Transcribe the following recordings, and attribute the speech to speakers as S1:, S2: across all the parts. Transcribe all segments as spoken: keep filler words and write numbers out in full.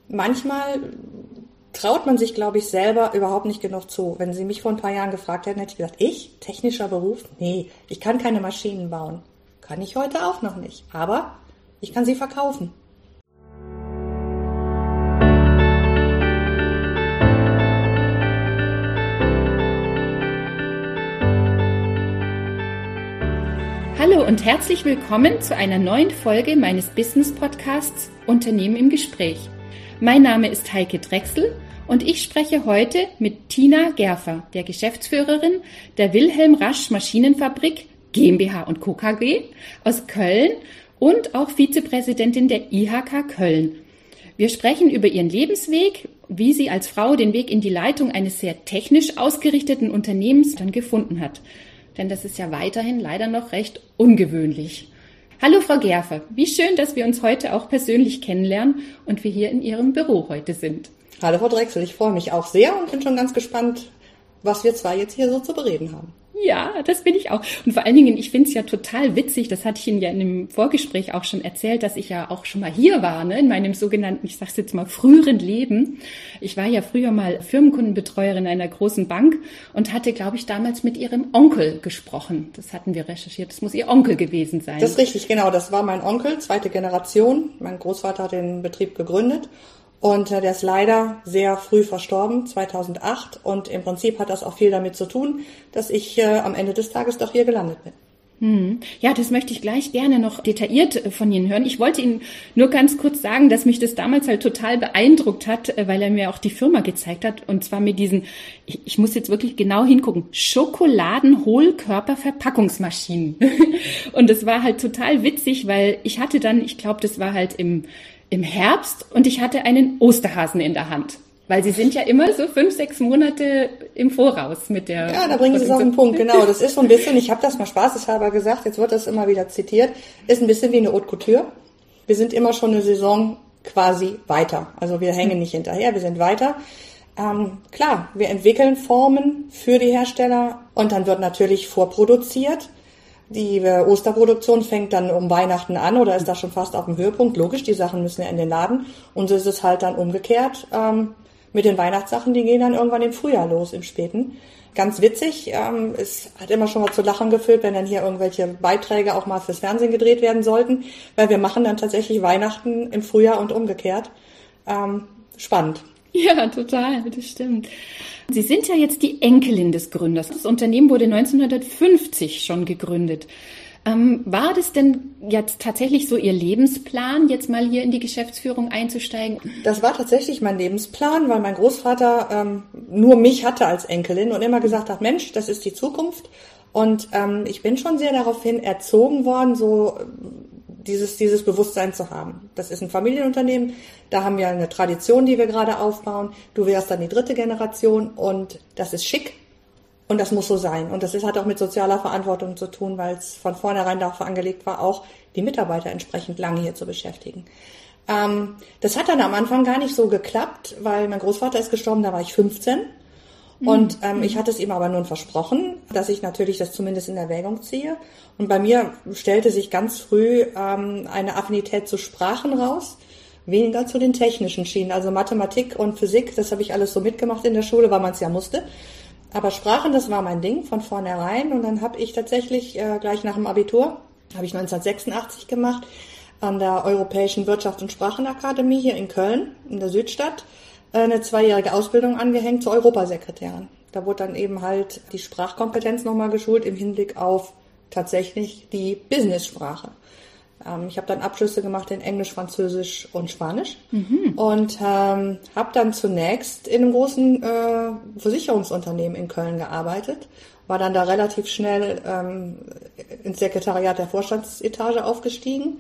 S1: manchmal traut man sich, glaube ich, selber überhaupt nicht genug zu. Wenn Sie mich vor ein paar Jahren gefragt hätten, hätte ich gesagt, ich? Technischer Beruf? Nee, ich kann keine Maschinen bauen. Kann ich heute auch noch nicht. Aber ich kann sie verkaufen.
S2: Hallo und herzlich willkommen zu einer neuen Folge meines Business-Podcasts Unternehmen im Gespräch. Mein Name ist Heike Drechsel und ich spreche heute mit Tina Gerfer, der Geschäftsführerin der Wilhelm Rasch Maschinenfabrik GmbH und Co. KG aus Köln und auch Vizepräsidentin der I H K Köln. Wir sprechen über ihren Lebensweg, wie sie als Frau den Weg in die Leitung eines sehr technisch ausgerichteten Unternehmens dann gefunden hat. Denn das ist ja weiterhin leider noch recht ungewöhnlich. Hallo Frau Gerfer, wie schön, dass wir uns heute auch persönlich kennenlernen und wir hier in Ihrem Büro heute sind.
S1: Hallo Frau Drechsel, ich freue mich auch sehr und bin schon ganz gespannt, was wir zwei jetzt hier so zu bereden haben.
S2: Ja, das bin ich auch. Und vor allen Dingen, ich finde es ja total witzig, das hatte ich Ihnen ja in dem Vorgespräch auch schon erzählt, dass ich ja auch schon mal hier war, ne, in meinem sogenannten, ich sag's jetzt mal, früheren Leben. Ich war ja früher mal Firmenkundenbetreuerin einer großen Bank und hatte, glaube ich, damals mit Ihrem Onkel gesprochen. Das hatten wir recherchiert, das muss Ihr Onkel gewesen sein.
S1: Das ist richtig, genau. Das war mein Onkel, zweite Generation. Mein Großvater hat den Betrieb gegründet. Und der ist leider sehr früh verstorben, zweitausendacht. Und im Prinzip hat das auch viel damit zu tun, dass ich äh, am Ende des Tages doch hier gelandet bin.
S2: Hm. Ja, das möchte ich gleich gerne noch detailliert von Ihnen hören. Ich wollte Ihnen nur ganz kurz sagen, dass mich das damals halt total beeindruckt hat, weil er mir auch die Firma gezeigt hat. Und zwar mit diesen, ich, ich muss jetzt wirklich genau hingucken, Schokoladen-Hohlkörper-Verpackungsmaschinen. Und das war halt total witzig, weil ich hatte dann, ich glaube, das war halt im im Herbst und ich hatte einen Osterhasen in der Hand. Weil sie sind ja immer so fünf, sechs Monate im Voraus mit der...
S1: Ja, da bringen Sie es auf den Punkt, genau. Das ist so ein bisschen, ich habe das mal spaßeshalber gesagt, jetzt wird das immer wieder zitiert, ist ein bisschen wie eine Haute Couture. Wir sind immer schon eine Saison quasi weiter. Also wir hängen nicht hinterher, wir sind weiter. Ähm, klar, wir entwickeln Formen für die Hersteller und dann wird natürlich vorproduziert. Die Osterproduktion fängt dann um Weihnachten an oder ist da schon fast auf dem Höhepunkt. Logisch, die Sachen müssen ja in den Laden. Und so ist es halt dann umgekehrt ähm, mit den Weihnachtssachen, die gehen dann irgendwann im Frühjahr los, im Späten. Ganz witzig, ähm, es hat immer schon mal zu Lachen gefüllt, wenn dann hier irgendwelche Beiträge auch mal fürs Fernsehen gedreht werden sollten, weil wir machen dann tatsächlich Weihnachten im Frühjahr und umgekehrt. Ähm, spannend.
S2: Ja, total, das stimmt. Sie sind ja jetzt die Enkelin des Gründers. Das Unternehmen wurde neunzehnhundertfünfzig schon gegründet. Ähm, war das denn jetzt tatsächlich so Ihr Lebensplan, jetzt mal hier in die Geschäftsführung einzusteigen?
S1: Das war tatsächlich mein Lebensplan, weil mein Großvater ähm, nur mich hatte als Enkelin und immer gesagt hat, Mensch, das ist die Zukunft. Und ähm, ich bin schon sehr daraufhin erzogen worden, so dieses dieses Bewusstsein zu haben. Das ist ein Familienunternehmen, da haben wir eine Tradition, die wir gerade aufbauen. Du wärst dann die dritte Generation und das ist schick und das muss so sein. Und das ist, hat auch mit sozialer Verantwortung zu tun, weil es von vornherein darauf angelegt war, auch die Mitarbeiter entsprechend lange hier zu beschäftigen. Ähm, das hat dann am Anfang gar nicht so geklappt, weil mein Großvater ist gestorben, da war ich fünfzehn. Und ähm, ich hatte es ihm aber nun versprochen, dass ich natürlich das zumindest in Erwägung ziehe. Und bei mir stellte sich ganz früh ähm, eine Affinität zu Sprachen raus, weniger zu den technischen Schienen. Also Mathematik und Physik, das habe ich alles so mitgemacht in der Schule, weil man es ja musste. Aber Sprachen, das war mein Ding von vornherein. Und dann habe ich tatsächlich äh, gleich nach dem Abitur, habe ich neunzehnhundertsechsundachtzig gemacht, an der Europäischen Wirtschafts- und Sprachenakademie hier in Köln, in der Südstadt, eine zweijährige Ausbildung angehängt zur Europasekretärin. Da wurde dann eben halt die Sprachkompetenz nochmal geschult im Hinblick auf tatsächlich die Business-Sprache. Ähm, ich habe dann Abschlüsse gemacht in Englisch, Französisch und Spanisch mhm. und ähm, habe dann zunächst in einem großen äh, Versicherungsunternehmen in Köln gearbeitet, war dann da relativ schnell ähm, ins Sekretariat der Vorstandsetage aufgestiegen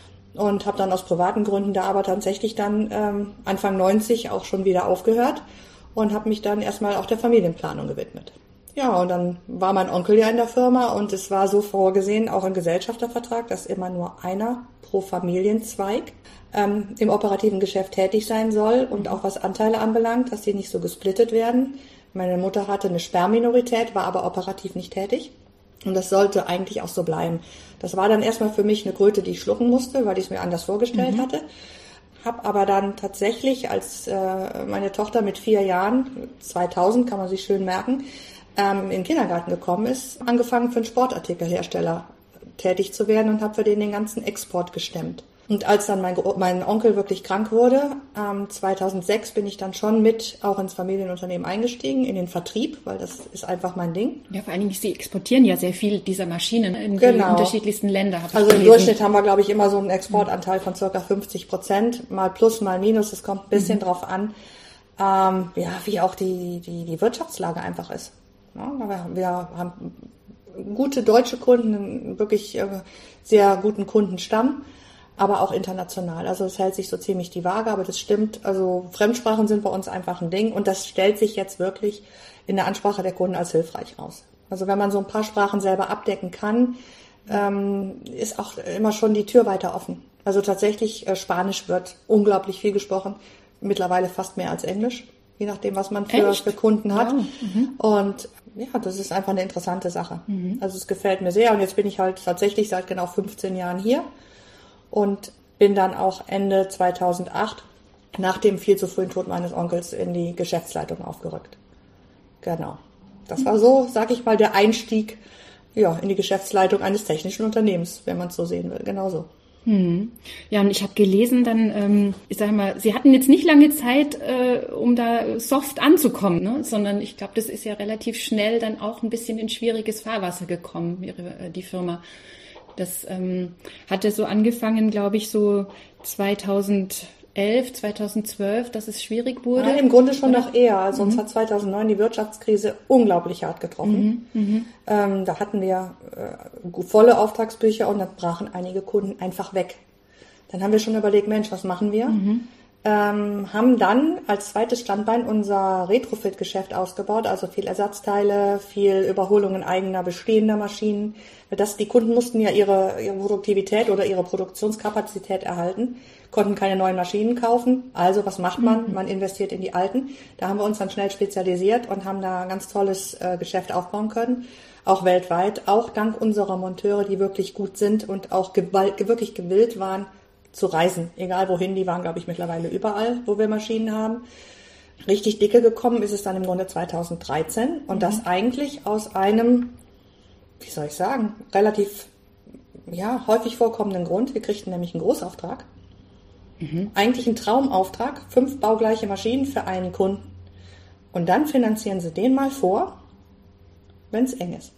S1: und habe dann aus privaten Gründen da aber tatsächlich dann ähm, Anfang neunzig auch schon wieder aufgehört und habe mich dann erstmal auch der Familienplanung gewidmet. Ja, und dann war mein Onkel ja in der Firma und es war so vorgesehen, auch im Gesellschaftervertrag, dass immer nur einer pro Familienzweig ähm, im operativen Geschäft tätig sein soll und auch was Anteile anbelangt, dass die nicht so gesplittet werden. Meine Mutter hatte eine Sperrminorität, war aber operativ nicht tätig. Und das sollte eigentlich auch so bleiben. Das war dann erstmal für mich eine Kröte, die ich schlucken musste, weil ich es mir anders vorgestellt mhm. hatte. habe aber dann tatsächlich, als äh, meine Tochter mit vier Jahren, zweitausend kann man sich schön merken, ähm, in den Kindergarten gekommen ist, angefangen für einen Sportartikelhersteller tätig zu werden und habe für den den ganzen Export gestemmt. Und als dann mein, mein Onkel wirklich krank wurde, ähm, zweitausendsechs bin ich dann schon mit auch ins Familienunternehmen eingestiegen, in den Vertrieb, weil das ist einfach mein Ding.
S2: Ja, vor allen Dingen, Sie exportieren ja sehr viel dieser Maschinen in
S1: genau.
S2: die unterschiedlichsten Länder.
S1: Also im Durchschnitt haben wir, glaube ich, immer so einen Exportanteil von circa fünfzig Prozent, mal plus, mal minus, es kommt ein bisschen mhm. drauf an, ähm, ja, wie auch die, die, die Wirtschaftslage einfach ist. Ja, wir, wir haben gute deutsche Kunden, einen wirklich äh, sehr guten Kundenstamm, aber auch international. Also es hält sich so ziemlich die Waage, aber das stimmt. Also Fremdsprachen sind bei uns einfach ein Ding und das stellt sich jetzt wirklich in der Ansprache der Kunden als hilfreich raus. Also wenn man so ein paar Sprachen selber abdecken kann, ähm, ist auch immer schon die Tür weiter offen. Also tatsächlich, äh, Spanisch wird unglaublich viel gesprochen, mittlerweile fast mehr als Englisch, je nachdem, was man für, für Kunden hat. Wow. Mhm. Und ja, das ist einfach eine interessante Sache. Mhm. Also es gefällt mir sehr und jetzt bin ich halt tatsächlich seit genau fünfzehn Jahren hier. Und bin dann auch Ende zweitausendacht nach dem viel zu frühen Tod meines Onkels in die Geschäftsleitung aufgerückt. Genau. Das war so, sag ich mal, der Einstieg ja, in die Geschäftsleitung eines technischen Unternehmens, wenn man es so sehen will. Genau so.
S2: Hm. Ja, und ich habe gelesen, dann, ähm, ich sage mal, Sie hatten jetzt nicht lange Zeit, äh, um da soft anzukommen, ne? Sondern ich glaube, das ist ja relativ schnell dann auch ein bisschen in schwieriges Fahrwasser gekommen, ihre, äh, die Firma. Das ähm, hatte so angefangen, glaube ich, so zweitausendelf, zweitausendzwölf, dass es schwierig wurde.
S1: Ja, im Grunde schon Oder? noch eher. Also mhm. uns hat zweitausendneun die Wirtschaftskrise unglaublich hart getroffen. Mhm. Mhm. Ähm, da hatten wir äh, volle Auftragsbücher und dann brachen einige Kunden einfach weg. Dann haben wir schon überlegt, Mensch, was machen wir? Mhm. Ähm, haben dann als zweites Standbein unser Retrofit-Geschäft ausgebaut, also viel Ersatzteile, viel Überholungen eigener bestehender Maschinen. Das, die Kunden mussten ja ihre, ihre Produktivität oder ihre Produktionskapazität erhalten, konnten keine neuen Maschinen kaufen. Also was macht man? Man investiert in die alten. Da haben wir uns dann schnell spezialisiert und haben da ein ganz tolles äh, Geschäft aufbauen können, auch weltweit, auch dank unserer Monteure, die wirklich gut sind und auch gewalt, wirklich gewillt waren, zu reisen, egal wohin, die waren, glaube ich, mittlerweile überall, wo wir Maschinen haben. Richtig dicke gekommen ist es dann im Grunde zweitausenddreizehn und mhm. das eigentlich aus einem, wie soll ich sagen, relativ ja häufig vorkommenden Grund. Wir kriegten nämlich einen Großauftrag, mhm. eigentlich einen Traumauftrag, fünf baugleiche Maschinen für einen Kunden und dann finanzieren sie den mal vor, wenn es eng ist.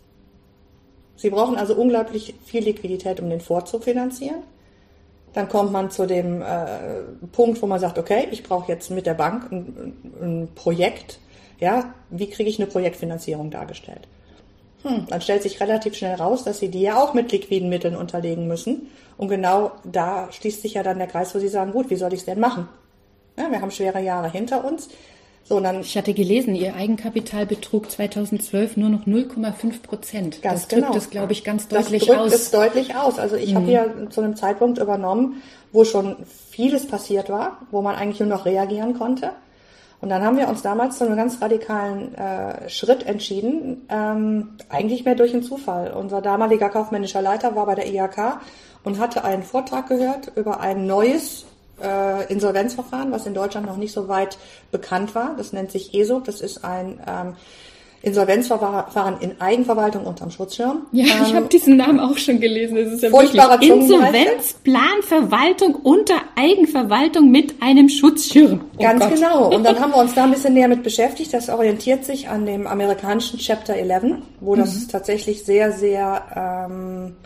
S1: Sie brauchen also unglaublich viel Liquidität, um den vorzufinanzieren. Dann kommt man zu dem äh, Punkt, wo man sagt, okay, ich brauche jetzt mit der Bank ein, ein Projekt. Ja, wie kriege ich eine Projektfinanzierung dargestellt? Hm, dann stellt sich relativ schnell raus, dass sie die ja auch mit liquiden Mitteln unterlegen müssen. Und genau da schließt sich ja dann der Kreis, wo sie sagen, gut, wie soll ich es denn machen? Ja, wir haben schwere Jahre hinter uns. So, dann
S2: ich hatte gelesen, Ihr Eigenkapital betrug zweitausendzwölf nur noch null Komma fünf Prozent.
S1: Ganz
S2: das
S1: genau.
S2: drückt es, glaube ich, ganz deutlich
S1: das drückt
S2: aus.
S1: Es deutlich aus. Also ich mhm. habe hier zu einem Zeitpunkt übernommen, wo schon vieles passiert war, wo man eigentlich nur noch reagieren konnte. Und dann haben wir uns damals zu einem ganz radikalen äh, Schritt entschieden, ähm, eigentlich mehr durch den Zufall. Unser damaliger kaufmännischer Leiter war bei der I H K und hatte einen Vortrag gehört über ein neues Äh, Insolvenzverfahren, was in Deutschland noch nicht so weit bekannt war. Das nennt sich E S O P. Das ist ein ähm, Insolvenzverfahren in Eigenverwaltung unterm Schutzschirm.
S2: Ja, ähm, ich habe diesen Namen auch schon gelesen. Das ist ja
S1: furchtbarer
S2: wirklich Insolvenzplanverwaltung unter Eigenverwaltung mit einem Schutzschirm.
S1: Oh Ganz Gott. Genau. Und dann haben wir uns da ein bisschen näher mit beschäftigt. Das orientiert sich an dem amerikanischen Chapter elf, wo das mhm. tatsächlich sehr, sehr ähm,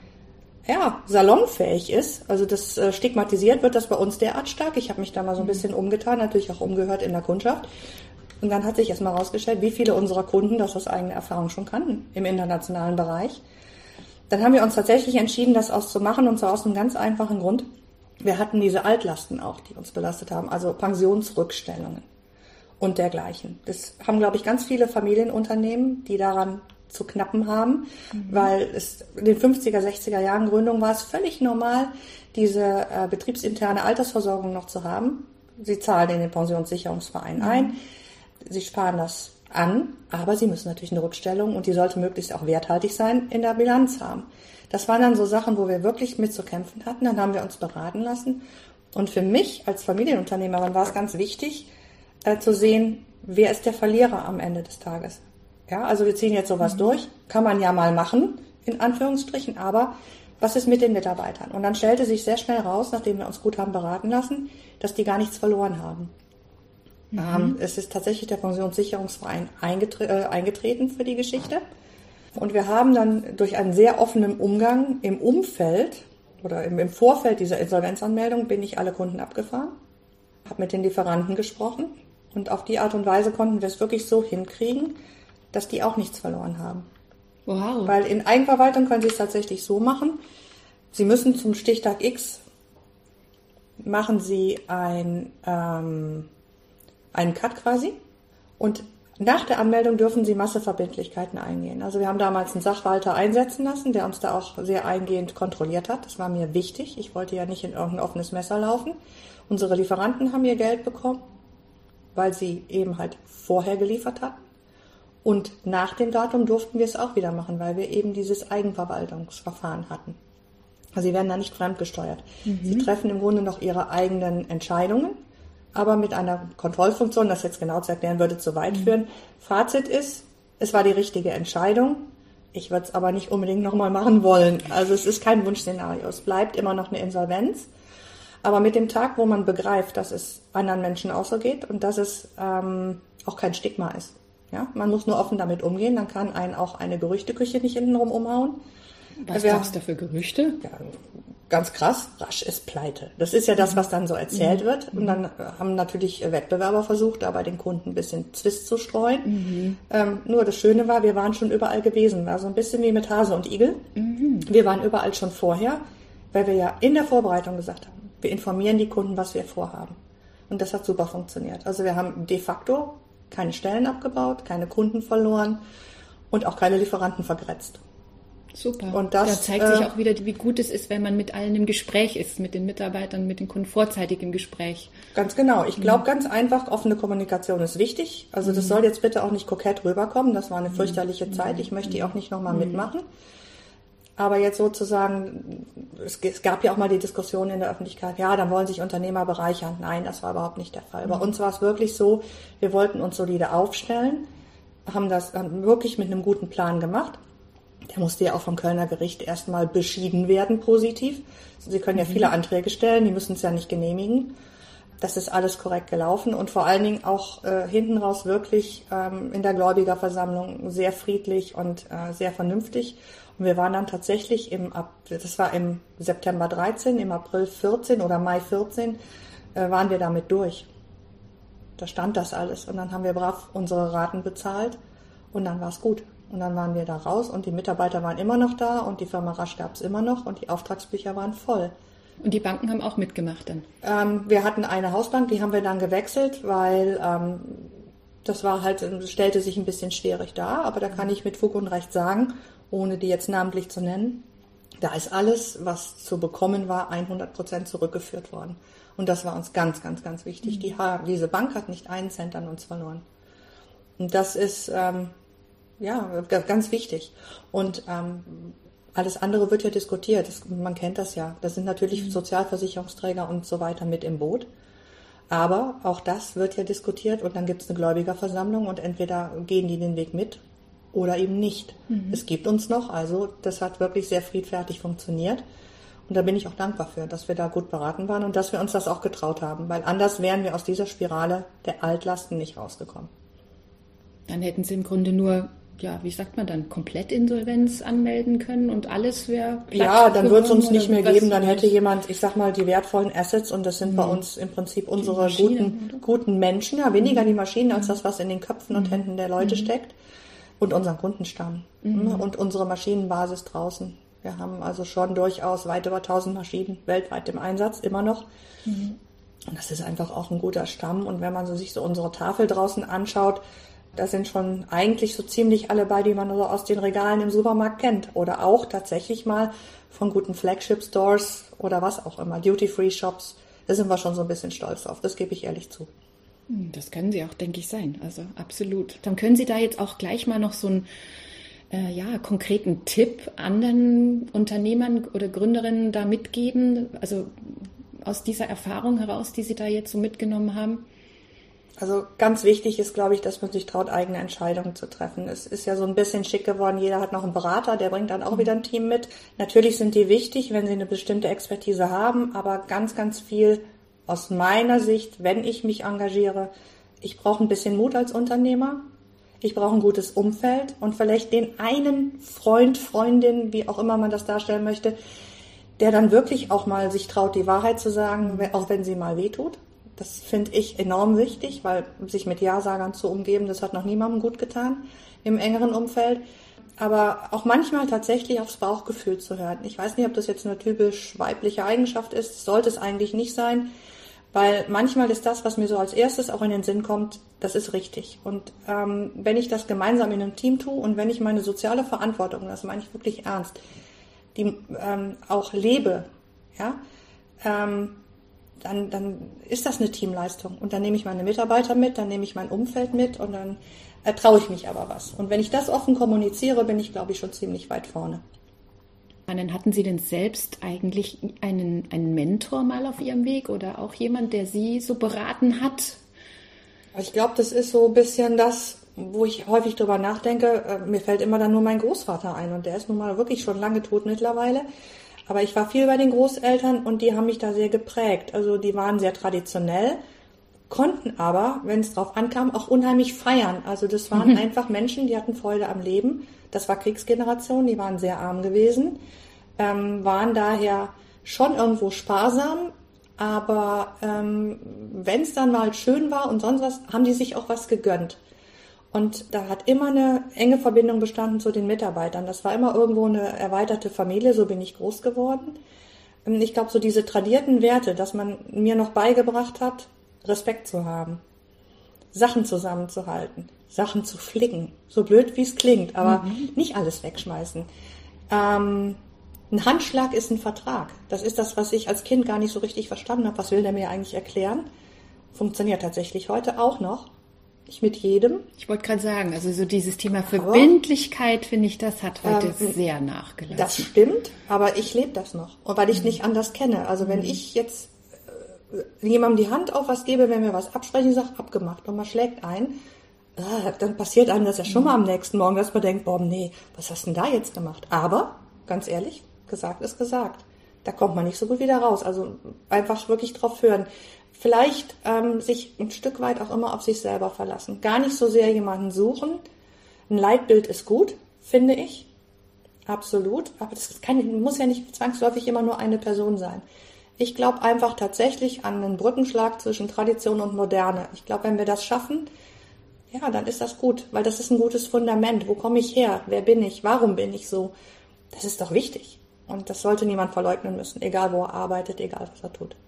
S1: ja, salonfähig ist. Also das äh, stigmatisiert wird das bei uns derart stark. Ich habe mich da mal so ein bisschen umgetan, natürlich auch umgehört in der Kundschaft. Und dann hat sich erstmal herausgestellt, wie viele unserer Kunden das aus eigener Erfahrung schon kannten im internationalen Bereich. Dann haben wir uns tatsächlich entschieden, das auszumachen, und zwar aus einem ganz einfachen Grund. Wir hatten diese Altlasten auch, die uns belastet haben, also Pensionsrückstellungen und dergleichen. Das haben, glaube ich, ganz viele Familienunternehmen, die daran zu knappen haben, mhm. weil es in den fünfziger, sechziger Jahren Gründung war es völlig normal, diese äh, betriebsinterne Altersversorgung noch zu haben. Sie zahlen in den Pensionssicherungsverein mhm. ein, sie sparen das an, aber sie müssen natürlich eine Rückstellung, und die sollte möglichst auch werthaltig sein, in der Bilanz haben. Das waren dann so Sachen, wo wir wirklich mit zu kämpfen hatten. Dann haben wir uns beraten lassen Und für mich als Familienunternehmerin war es ganz wichtig, äh, zu sehen, wer ist der Verlierer am Ende des Tages. Ja, also wir ziehen jetzt sowas mhm. durch, kann man ja mal machen, in Anführungsstrichen, aber was ist mit den Mitarbeitern? Und dann stellte sich sehr schnell raus, nachdem wir uns gut haben beraten lassen, dass die gar nichts verloren haben. Mhm. Ähm, es ist tatsächlich der Pensionssicherungsverein eingetre- äh, eingetreten für die Geschichte. Und wir haben dann durch einen sehr offenen Umgang im Umfeld oder im, im Vorfeld dieser Insolvenzanmeldung bin ich alle Kunden abgefahren, habe mit den Lieferanten gesprochen und auf die Art und Weise konnten wir es wirklich so hinkriegen, dass die auch nichts verloren haben.
S2: Wow.
S1: Weil in Eigenverwaltung können Sie es tatsächlich so machen. Sie müssen zum Stichtag X machen Sie ein, ähm, einen Cut quasi und nach der Anmeldung dürfen Sie Masseverbindlichkeiten eingehen. Also wir haben damals einen Sachwalter einsetzen lassen, der uns da auch sehr eingehend kontrolliert hat. Das war mir wichtig. Ich wollte ja nicht in irgendein offenes Messer laufen. Unsere Lieferanten haben ihr Geld bekommen, weil sie eben halt vorher geliefert hatten. Und nach dem Datum durften wir es auch wieder machen, weil wir eben dieses Eigenverwaltungsverfahren hatten. Also sie werden da nicht fremdgesteuert. Mhm. Sie treffen im Grunde noch ihre eigenen Entscheidungen, aber mit einer Kontrollfunktion, das jetzt genau zu erklären, würde zu weit mhm. führen. Fazit ist, es war die richtige Entscheidung. Ich würde es aber nicht unbedingt nochmal machen wollen. Also es ist kein Wunschszenario. Es bleibt immer noch eine Insolvenz. Aber mit dem Tag, wo man begreift, dass es anderen Menschen auch so geht und dass es ähm, auch kein Stigma ist. Ja, man muss nur offen damit umgehen, dann kann einen auch eine Gerüchteküche nicht hintenrum umhauen.
S2: Was gab es da für Gerüchte?
S1: Ja, ganz krass, rasch ist pleite. Das ist ja das, was dann so erzählt mhm. wird. Und dann haben natürlich Wettbewerber versucht, da bei den Kunden ein bisschen Zwist zu streuen. Mhm. Ähm, nur das Schöne war, wir waren schon überall gewesen. War so ein bisschen wie mit Hase und Igel. Mhm. Wir waren überall schon vorher, weil wir ja in der Vorbereitung gesagt haben, wir informieren die Kunden, was wir vorhaben. Und das hat super funktioniert. Also wir haben de facto keine Stellen abgebaut, keine Kunden verloren und auch keine Lieferanten vergrätzt.
S2: Super.
S1: Und das,
S2: da zeigt äh, sich auch wieder, wie gut es ist, wenn man mit allen im Gespräch ist, mit den Mitarbeitern, mit den Kunden vorzeitig im Gespräch.
S1: Ganz genau. Ich glaube, mhm. ganz einfach, offene Kommunikation ist wichtig. Also das mhm. soll jetzt bitte auch nicht kokett rüberkommen. Das war eine fürchterliche mhm. Zeit. Ich möchte die auch nicht nochmal mhm. mitmachen. Aber jetzt sozusagen, es, es gab ja auch mal die Diskussion in der Öffentlichkeit, ja, dann wollen sich Unternehmer bereichern. Nein, das war überhaupt nicht der Fall. Mhm. Bei uns war es wirklich so, wir wollten uns solide aufstellen, haben das haben wirklich mit einem guten Plan gemacht. Der musste ja auch vom Kölner Gericht erstmal beschieden werden, positiv. Sie können ja mhm. viele Anträge stellen, die müssen es ja nicht genehmigen. Das ist alles korrekt gelaufen und vor allen Dingen auch äh, hinten raus wirklich ähm, in der Gläubigerversammlung sehr friedlich und äh, sehr vernünftig. Und wir waren dann tatsächlich im, das war im September dreizehn, im April vierzehn oder Mai vierzehn, äh, waren wir damit durch. Da stand das alles und dann haben wir brav unsere Raten bezahlt und dann war es gut. Und dann waren wir da raus und die Mitarbeiter waren immer noch da und die Firma Rasch gab es immer noch und die Auftragsbücher waren voll.
S2: Und die Banken haben auch mitgemacht dann?
S1: Ähm, wir hatten eine Hausbank, die haben wir dann gewechselt, weil ähm, das war halt, stellte sich ein bisschen schwierig dar, aber da kann ich mit Fug und Recht sagen, ohne die jetzt namentlich zu nennen, da ist alles, was zu bekommen war, hundert Prozent zurückgeführt worden. Und das war uns ganz, ganz, ganz wichtig. Mhm. Die, diese Bank hat nicht einen Cent an uns verloren. Und das ist ähm, ja ganz wichtig. Und ähm, alles andere wird ja diskutiert. Das, man kennt das ja. Da sind natürlich mhm. Sozialversicherungsträger und so weiter mit im Boot. Aber auch das wird ja diskutiert und dann gibt es eine Gläubigerversammlung und entweder gehen die den Weg mit oder eben nicht. Mhm. Es gibt uns noch, also das hat wirklich sehr friedfertig funktioniert. Und da bin ich auch dankbar für, dass wir da gut beraten waren und dass wir uns das auch getraut haben, weil anders wären wir aus dieser Spirale der Altlasten nicht rausgekommen.
S2: Dann hätten Sie im Grunde nur, ja, wie sagt man dann, Komplettinsolvenz anmelden können und alles wäre platt.
S1: Ja, dann würde es uns nicht mehr geben, dann hätte jemand, ich sag mal, die wertvollen Assets und das sind mhm. bei uns im Prinzip unsere guten, guten Menschen, ja, weniger mhm. die Maschinen als das, was in den Köpfen und Händen der Leute mhm. steckt. Und unseren Kundenstamm mhm. und unsere Maschinenbasis draußen. Wir haben also schon durchaus weit über tausend Maschinen weltweit im Einsatz, immer noch. Mhm. Und das ist einfach auch ein guter Stamm. Und wenn man so sich so unsere Tafel draußen anschaut, da sind schon eigentlich so ziemlich alle bei, die man so aus den Regalen im Supermarkt kennt. Oder auch tatsächlich mal von guten Flagship-Stores oder was auch immer, Duty-Free-Shops. Da sind wir schon so ein bisschen stolz drauf, das gebe ich ehrlich zu.
S2: Das können Sie auch, denke ich, sein. Also absolut. Dann können Sie da jetzt auch gleich mal noch so einen äh, ja, konkreten Tipp anderen Unternehmern oder Gründerinnen da mitgeben. Also aus dieser Erfahrung heraus, die Sie da jetzt so mitgenommen haben?
S1: Also ganz wichtig ist, glaube ich, dass man sich traut, eigene Entscheidungen zu treffen. Es ist ja so ein bisschen schick geworden, jeder hat noch einen Berater, der bringt dann auch wieder ein Team mit. Natürlich sind die wichtig, wenn sie eine bestimmte Expertise haben, aber ganz, ganz viel aus meiner Sicht, wenn ich mich engagiere, ich brauche ein bisschen Mut als Unternehmer, ich brauche ein gutes Umfeld und vielleicht den einen Freund, Freundin, wie auch immer man das darstellen möchte, der dann wirklich auch mal sich traut, die Wahrheit zu sagen, auch wenn sie mal wehtut. Das finde ich enorm wichtig, weil sich mit Ja-Sagern zu umgeben, das hat noch niemandem gut getan im engeren Umfeld. Aber auch manchmal tatsächlich aufs Bauchgefühl zu hören. Ich weiß nicht, ob das jetzt eine typisch weibliche Eigenschaft ist, sollte es eigentlich nicht sein, weil manchmal ist das, was mir so als erstes auch in den Sinn kommt, das ist richtig. Und ähm, wenn ich das gemeinsam in einem Team tue und wenn ich meine soziale Verantwortung, das meine ich wirklich ernst, die ähm, auch lebe, ja, ähm, Dann, dann ist das eine Teamleistung. Und dann nehme ich meine Mitarbeiter mit, dann nehme ich mein Umfeld mit und dann äh, traue ich mich aber was. Und wenn ich das offen kommuniziere, bin ich, glaube ich, schon ziemlich weit vorne.
S2: Dann hatten Sie denn selbst eigentlich einen, einen Mentor mal auf Ihrem Weg oder auch jemand, der Sie so beraten hat?
S1: Ich glaube, das ist so ein bisschen das, wo ich häufig drüber nachdenke. Äh, mir fällt immer dann nur mein Großvater ein und der ist nun mal wirklich schon lange tot mittlerweile. Aber ich war viel bei den Großeltern und die haben mich da sehr geprägt. Also die waren sehr traditionell, konnten aber, wenn es drauf ankam, auch unheimlich feiern. Also das waren mhm. einfach Menschen, die hatten Freude am Leben. Das war Kriegsgeneration, die waren sehr arm gewesen, ähm, waren daher schon irgendwo sparsam. Aber ähm, wenn es dann mal schön war und sonst was, haben die sich auch was gegönnt. Und da hat immer eine enge Verbindung bestanden zu den Mitarbeitern. Das war immer irgendwo eine erweiterte Familie, so bin ich groß geworden. Ich glaube, so diese tradierten Werte, dass man mir noch beigebracht hat, Respekt zu haben, Sachen zusammenzuhalten, Sachen zu flicken. So blöd, wie es klingt, aber mhm. nicht alles wegschmeißen. Ähm, ein Handschlag ist ein Vertrag. Das ist das, was ich als Kind gar nicht so richtig verstanden habe. Was will der mir eigentlich erklären? Funktioniert tatsächlich heute auch noch. Ich mit jedem.
S2: Ich wollte gerade sagen, also so dieses Thema Verbindlichkeit, finde ich, das hat heute ähm, sehr nachgelassen.
S1: Das stimmt, aber ich lebe das noch, weil ich mhm. nicht anders kenne. Also wenn mhm. ich jetzt äh, jemandem die Hand auf was gebe, wenn wir was absprechen, sage abgemacht und man schlägt ein, äh, dann passiert einem das ja schon mhm. mal am nächsten Morgen, dass man denkt, boah, nee, was hast du denn da jetzt gemacht? Aber, ganz ehrlich, gesagt ist gesagt. Da kommt man nicht so gut wieder raus. Also einfach wirklich drauf hören. Vielleicht ähm, sich ein Stück weit auch immer auf sich selber verlassen. Gar nicht so sehr jemanden suchen. Ein Leitbild ist gut, finde ich. Absolut. Aber das kann, muss ja nicht zwangsläufig immer nur eine Person sein. Ich glaube einfach tatsächlich an einen Brückenschlag zwischen Tradition und Moderne. Ich glaube, wenn wir das schaffen, ja, dann ist das gut. Weil das ist ein gutes Fundament. Wo komme ich her? Wer bin ich? Warum bin ich so? Das ist doch wichtig. Und das sollte niemand verleugnen müssen. Egal, wo er arbeitet, egal, was er tut.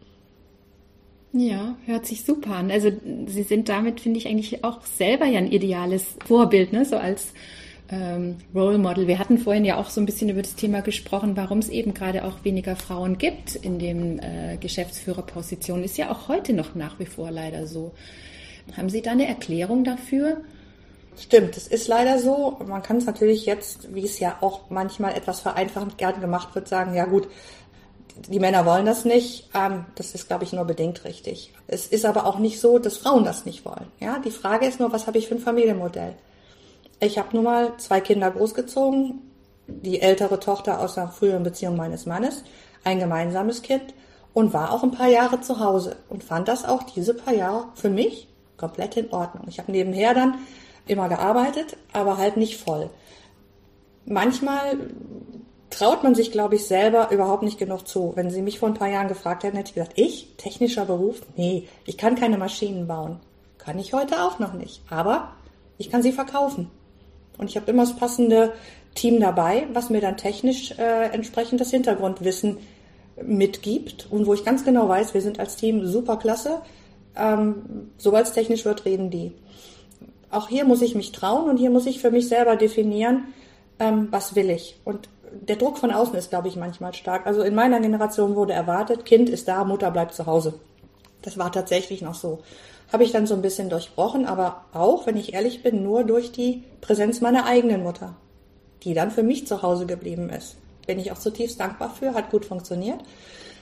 S2: Ja, hört sich super an. Also Sie sind damit, finde ich, eigentlich auch selber ja ein ideales Vorbild, ne? So als ähm, Role Model. Wir hatten vorhin ja auch so ein bisschen über das Thema gesprochen, warum es eben gerade auch weniger Frauen gibt in den äh, Geschäftsführerpositionen. Ist ja auch heute noch nach wie vor leider so. Haben Sie da eine Erklärung dafür?
S1: Stimmt, es ist leider so. Man kann es natürlich jetzt, wie es ja auch manchmal etwas vereinfachend gern gemacht wird, sagen, ja gut, die Männer wollen das nicht. Ähm, das ist, glaube ich, nur bedingt richtig. Es ist aber auch nicht so, dass Frauen das nicht wollen. Ja, die Frage ist nur, was habe ich für ein Familienmodell? Ich habe nun mal zwei Kinder großgezogen, die ältere Tochter aus einer früheren Beziehung meines Mannes, ein gemeinsames Kind und war auch ein paar Jahre zu Hause und fand das auch diese paar Jahre für mich komplett in Ordnung. Ich habe nebenher dann immer gearbeitet, aber halt nicht voll. Manchmal traut man sich, glaube ich, selber überhaupt nicht genug zu. Wenn Sie mich vor ein paar Jahren gefragt hätten, hätte ich gesagt, ich? Technischer Beruf? Nee, ich kann keine Maschinen bauen. Kann ich heute auch noch nicht. Aber ich kann sie verkaufen. Und ich habe immer das passende Team dabei, was mir dann technisch äh, entsprechend das Hintergrundwissen mitgibt und wo ich ganz genau weiß, wir sind als Team super klasse. Ähm, sobald es technisch wird, reden die. Auch hier muss ich mich trauen und hier muss ich für mich selber definieren, ähm, was will ich. Und der Druck von außen ist, glaube ich, manchmal stark. Also in meiner Generation wurde erwartet, Kind ist da, Mutter bleibt zu Hause. Das war tatsächlich noch so. Habe ich dann so ein bisschen durchbrochen, aber auch, wenn ich ehrlich bin, nur durch die Präsenz meiner eigenen Mutter, die dann für mich zu Hause geblieben ist. Bin ich auch zutiefst dankbar für, hat gut funktioniert.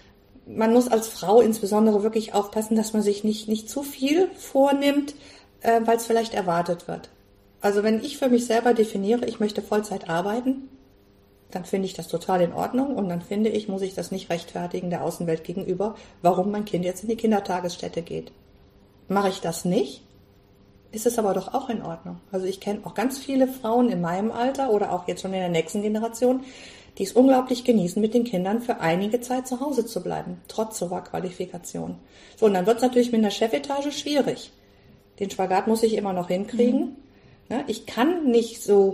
S1: man muss als Frau insbesondere wirklich aufpassen, dass man sich nicht, nicht zu viel vornimmt, äh, weil es vielleicht erwartet wird. Also wenn ich für mich selber definiere, ich möchte Vollzeit arbeiten, dann finde ich das total in Ordnung und dann finde ich, muss ich das nicht rechtfertigen der Außenwelt gegenüber, warum mein Kind jetzt in die Kindertagesstätte geht. Mache ich das nicht, ist es aber doch auch in Ordnung. Also ich kenne auch ganz viele Frauen in meinem Alter oder auch jetzt schon in der nächsten Generation, die es unglaublich genießen, mit den Kindern für einige Zeit zu Hause zu bleiben, trotz hoher Qualifikation. So, und dann wird es natürlich mit einer Chefetage schwierig. Den Spagat muss ich immer noch hinkriegen. Mhm. Ja, ich kann nicht so,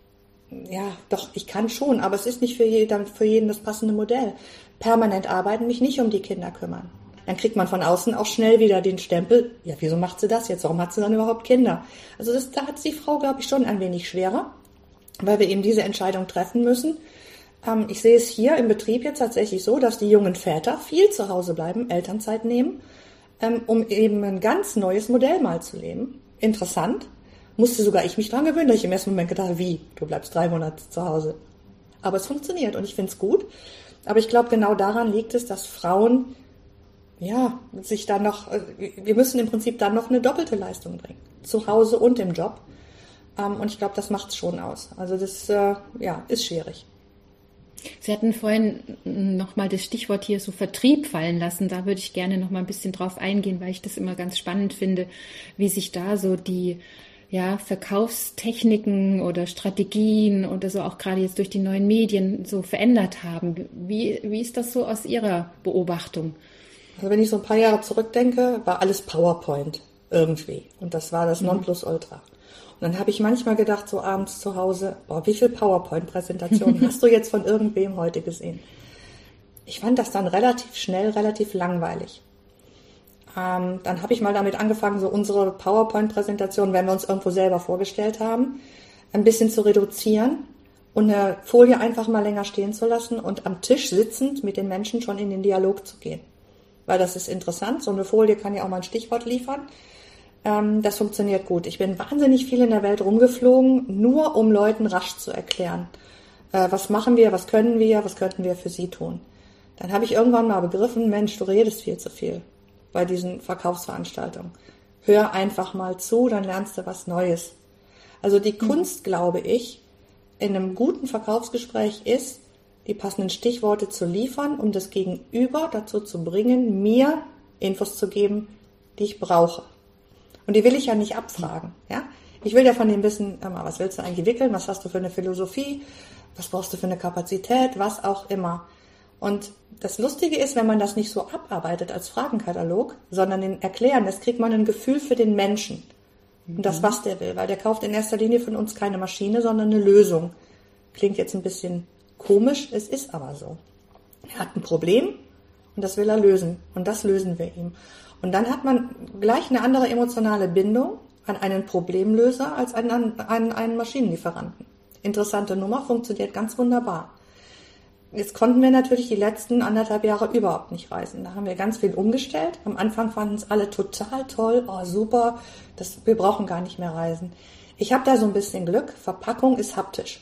S1: ja, doch, ich kann schon, aber es ist nicht für jeden, für jeden das passende Modell. Permanent arbeiten, mich nicht um die Kinder kümmern. Dann kriegt man von außen auch schnell wieder den Stempel, ja, wieso macht sie das jetzt? Warum hat sie dann überhaupt Kinder? Also das, da hat die Frau, glaube ich, schon ein wenig schwerer, weil wir eben diese Entscheidung treffen müssen. Ähm, ich sehe es hier im Betrieb jetzt tatsächlich so, dass die jungen Väter viel zu Hause bleiben, Elternzeit nehmen, ähm, um eben ein ganz neues Modell mal zu leben. Interessant. Musste sogar ich mich dran gewöhnen, dass ich im ersten Moment gedacht habe, wie, du bleibst drei Monate zu Hause. Aber es funktioniert und ich finde es gut. Aber ich glaube, genau daran liegt es, dass Frauen, ja, sich dann noch, wir müssen im Prinzip dann noch eine doppelte Leistung bringen. Zu Hause und im Job. Und ich glaube, das macht es schon aus. Also das, ja, ist schwierig.
S2: Sie hatten vorhin nochmal das Stichwort hier so Vertrieb fallen lassen. Da würde ich gerne nochmal ein bisschen drauf eingehen, weil ich das immer ganz spannend finde, wie sich da so die ja, Verkaufstechniken oder Strategien oder so auch gerade jetzt durch die neuen Medien so verändert haben. Wie, wie ist das so aus Ihrer Beobachtung?
S1: Also wenn ich so ein paar Jahre zurückdenke, war alles PowerPoint irgendwie. Und das war das Nonplusultra. Und dann habe ich manchmal gedacht, so abends zu Hause, boah, wie viel PowerPoint-Präsentationen hast du jetzt von irgendwem heute gesehen? Ich fand das dann relativ schnell, relativ langweilig. Ähm, dann habe ich mal damit angefangen, so unsere PowerPoint-Präsentation, wenn wir uns irgendwo selber vorgestellt haben, ein bisschen zu reduzieren und eine Folie einfach mal länger stehen zu lassen und am Tisch sitzend mit den Menschen schon in den Dialog zu gehen. Weil das ist interessant, so eine Folie kann ja auch mal ein Stichwort liefern. Ähm, das funktioniert gut. Ich bin wahnsinnig viel in der Welt rumgeflogen, nur um Leuten rasch zu erklären, äh, was machen wir, was können wir, was könnten wir für sie tun. Dann habe ich irgendwann mal begriffen, Mensch, du redest viel zu viel bei diesen Verkaufsveranstaltungen. Hör einfach mal zu, dann lernst du was Neues. Also die Kunst, glaube ich, in einem guten Verkaufsgespräch ist, die passenden Stichworte zu liefern, um das Gegenüber dazu zu bringen, mir Infos zu geben, die ich brauche. Und die will ich ja nicht abfragen. Ja? Ich will ja von dem wissen, was willst du eigentlich wickeln, was hast du für eine Philosophie, was brauchst du für eine Kapazität, was auch immer. Und das Lustige ist, wenn man das nicht so abarbeitet als Fragenkatalog, sondern in Erklären, das kriegt man ein Gefühl für den Menschen und das, was der will, weil der kauft in erster Linie von uns keine Maschine, sondern eine Lösung. Klingt jetzt ein bisschen komisch, es ist aber so. Er hat ein Problem und das will er lösen und das lösen wir ihm. Und dann hat man gleich eine andere emotionale Bindung an einen Problemlöser als an, an, an einen Maschinenlieferanten. Interessante Nummer, funktioniert ganz wunderbar. Jetzt konnten wir natürlich die letzten anderthalb Jahre überhaupt nicht reisen. Da haben wir ganz viel umgestellt. Am Anfang fanden es alle total toll, oh super, das, wir brauchen gar nicht mehr reisen. Ich habe da so ein bisschen Glück, Verpackung ist haptisch.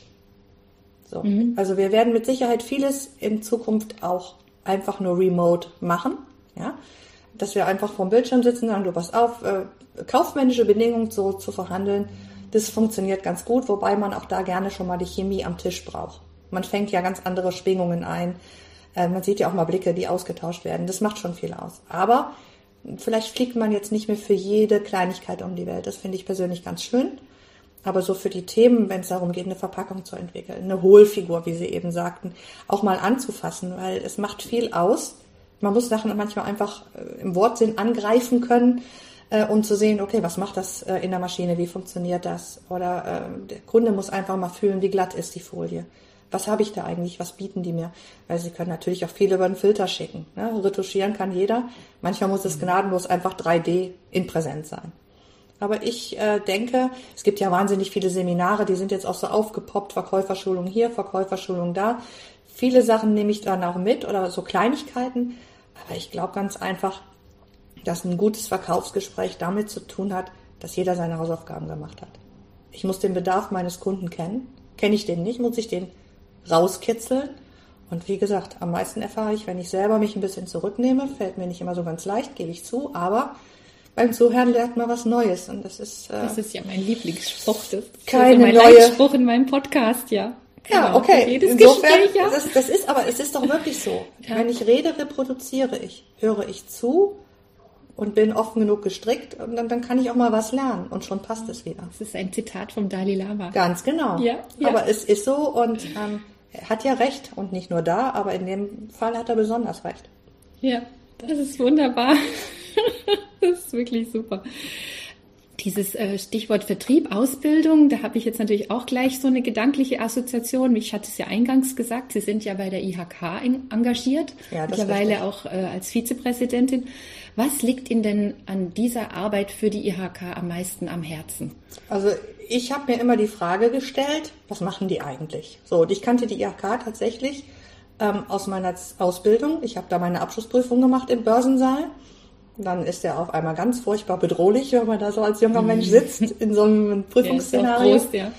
S1: So. Mhm. Also wir werden mit Sicherheit vieles in Zukunft auch einfach nur remote machen, ja, dass wir einfach vorm Bildschirm sitzen und sagen, du pass auf, äh, kaufmännische Bedingungen so zu verhandeln, das funktioniert ganz gut, wobei man auch da gerne schon mal die Chemie am Tisch braucht. Man fängt ja ganz andere Schwingungen ein. Äh, man sieht ja auch mal Blicke, die ausgetauscht werden. Das macht schon viel aus. Aber vielleicht fliegt man jetzt nicht mehr für jede Kleinigkeit um die Welt. Das finde ich persönlich ganz schön. Aber so für die Themen, wenn es darum geht, eine Verpackung zu entwickeln, eine Hohlfigur, wie Sie eben sagten, auch mal anzufassen, weil es macht viel aus. Man muss Sachen manchmal einfach äh, im Wortsinn angreifen können, äh, um zu sehen, okay, was macht das äh, in der Maschine, wie funktioniert das? Oder äh, der Kunde muss einfach mal fühlen, wie glatt ist die Folie. Was habe ich da eigentlich? Was bieten die mir? Weil sie können natürlich auch viel über einen Filter schicken. Ne? Retuschieren kann jeder. Manchmal muss es gnadenlos einfach drei D in Präsenz sein. Aber ich äh, denke, es gibt ja wahnsinnig viele Seminare, die sind jetzt auch so aufgepoppt, Verkäuferschulung hier, Verkäuferschulung da. Viele Sachen nehme ich dann auch mit oder so Kleinigkeiten. Aber ich glaube ganz einfach, dass ein gutes Verkaufsgespräch damit zu tun hat, dass jeder seine Hausaufgaben gemacht hat. Ich muss den Bedarf meines Kunden kennen. Kenne ich den nicht, muss ich den rauskitzeln Und wie gesagt, am meisten erfahre ich, wenn ich selber mich ein bisschen zurücknehme, fällt mir nicht immer so ganz leicht, gebe ich zu, aber beim Zuhören lernt man was Neues und das ist... Äh,
S2: das ist ja mein Lieblingsspruch, das ist
S1: keine
S2: mein
S1: neue...
S2: Leitspruch in meinem Podcast, ja.
S1: Ja,
S2: genau.
S1: Okay.
S2: Jedes
S1: Insofern,
S2: Gespräch, ja.
S1: das, das ist, aber es ist doch wirklich so. Ja. Wenn ich rede, reproduziere ich, höre ich zu und bin offen genug gestrickt und dann, dann kann ich auch mal was lernen und schon passt es wieder.
S2: Das ist ein Zitat vom Dalai Lama.
S1: Ganz genau.
S2: Ja, ja.
S1: Aber es ist so und ähm, er hat ja recht und nicht nur da, aber in dem Fall hat er besonders recht.
S2: Ja, das ist wunderbar. Das ist wirklich super. Dieses äh, Stichwort Vertrieb, Ausbildung, da habe ich jetzt natürlich auch gleich so eine gedankliche Assoziation. Ich hatte es ja eingangs gesagt, Sie sind ja bei der I H K en- engagiert,
S1: ja,
S2: mittlerweile auch äh, als Vizepräsidentin. Was liegt Ihnen denn an dieser Arbeit für die I H K am meisten am Herzen?
S1: Also ich habe mir immer die Frage gestellt, was machen die eigentlich? So, und ich kannte die I H K tatsächlich ähm, aus meiner Ausbildung. Ich habe da meine Abschlussprüfung gemacht im Börsensaal. Dann ist er auf einmal ganz furchtbar bedrohlich, wenn man da so als junger Mensch sitzt in so einem Prüfungsszenario.
S2: Groß, ja.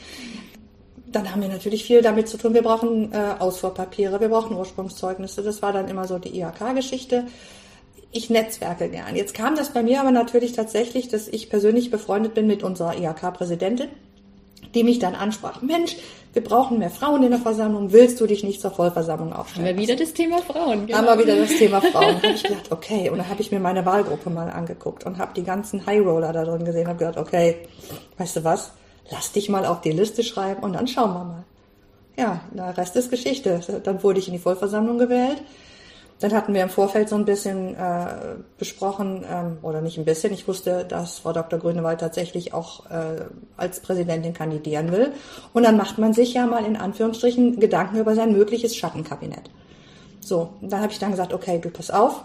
S1: Dann haben wir natürlich viel damit zu tun. Wir brauchen äh, Ausfuhrpapiere, wir brauchen Ursprungszeugnisse. Das war dann immer so die I H K-Geschichte. Ich netzwerke gern. Jetzt kam das bei mir aber natürlich tatsächlich, dass ich persönlich befreundet bin mit unserer I H K-Präsidentin, die mich dann ansprach. Mensch, wir brauchen mehr Frauen in der Versammlung. Willst du dich nicht zur Vollversammlung aufstellen?
S2: Haben wir wieder das Thema Frauen.
S1: Genau. Haben wir wieder das Thema Frauen. Da habe ich gedacht, okay. Und dann habe ich mir meine Wahlgruppe mal angeguckt und habe die ganzen High-Roller da drin gesehen und habe gedacht, okay, weißt du was? Lass dich mal auf die Liste schreiben und dann schauen wir mal. Ja, der Rest ist Geschichte. Dann wurde ich in die Vollversammlung gewählt. Dann hatten wir im Vorfeld so ein bisschen äh, besprochen, ähm, oder nicht ein bisschen, ich wusste, dass Frau Doktor Grünewald tatsächlich auch äh, als Präsidentin kandidieren will. Und dann macht man sich ja mal in Anführungsstrichen Gedanken über sein mögliches Schattenkabinett. So, dann habe ich dann gesagt, okay, du pass auf,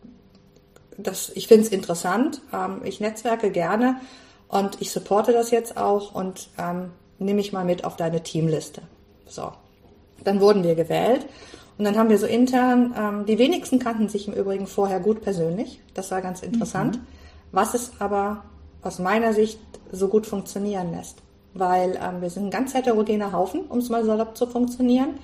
S1: das, ich finde es interessant, ähm, ich netzwerke gerne und ich supporte das jetzt auch und ähm, nehme mich mal mit auf deine Teamliste. So, dann wurden wir gewählt. Und dann haben wir so intern, ähm, die wenigsten kannten sich im Übrigen vorher gut persönlich. Das war ganz interessant. Mhm. Was es aber aus meiner Sicht so gut funktionieren lässt. Weil ähm, wir sind ein ganz heterogener Haufen, um es mal salopp zu funktionieren.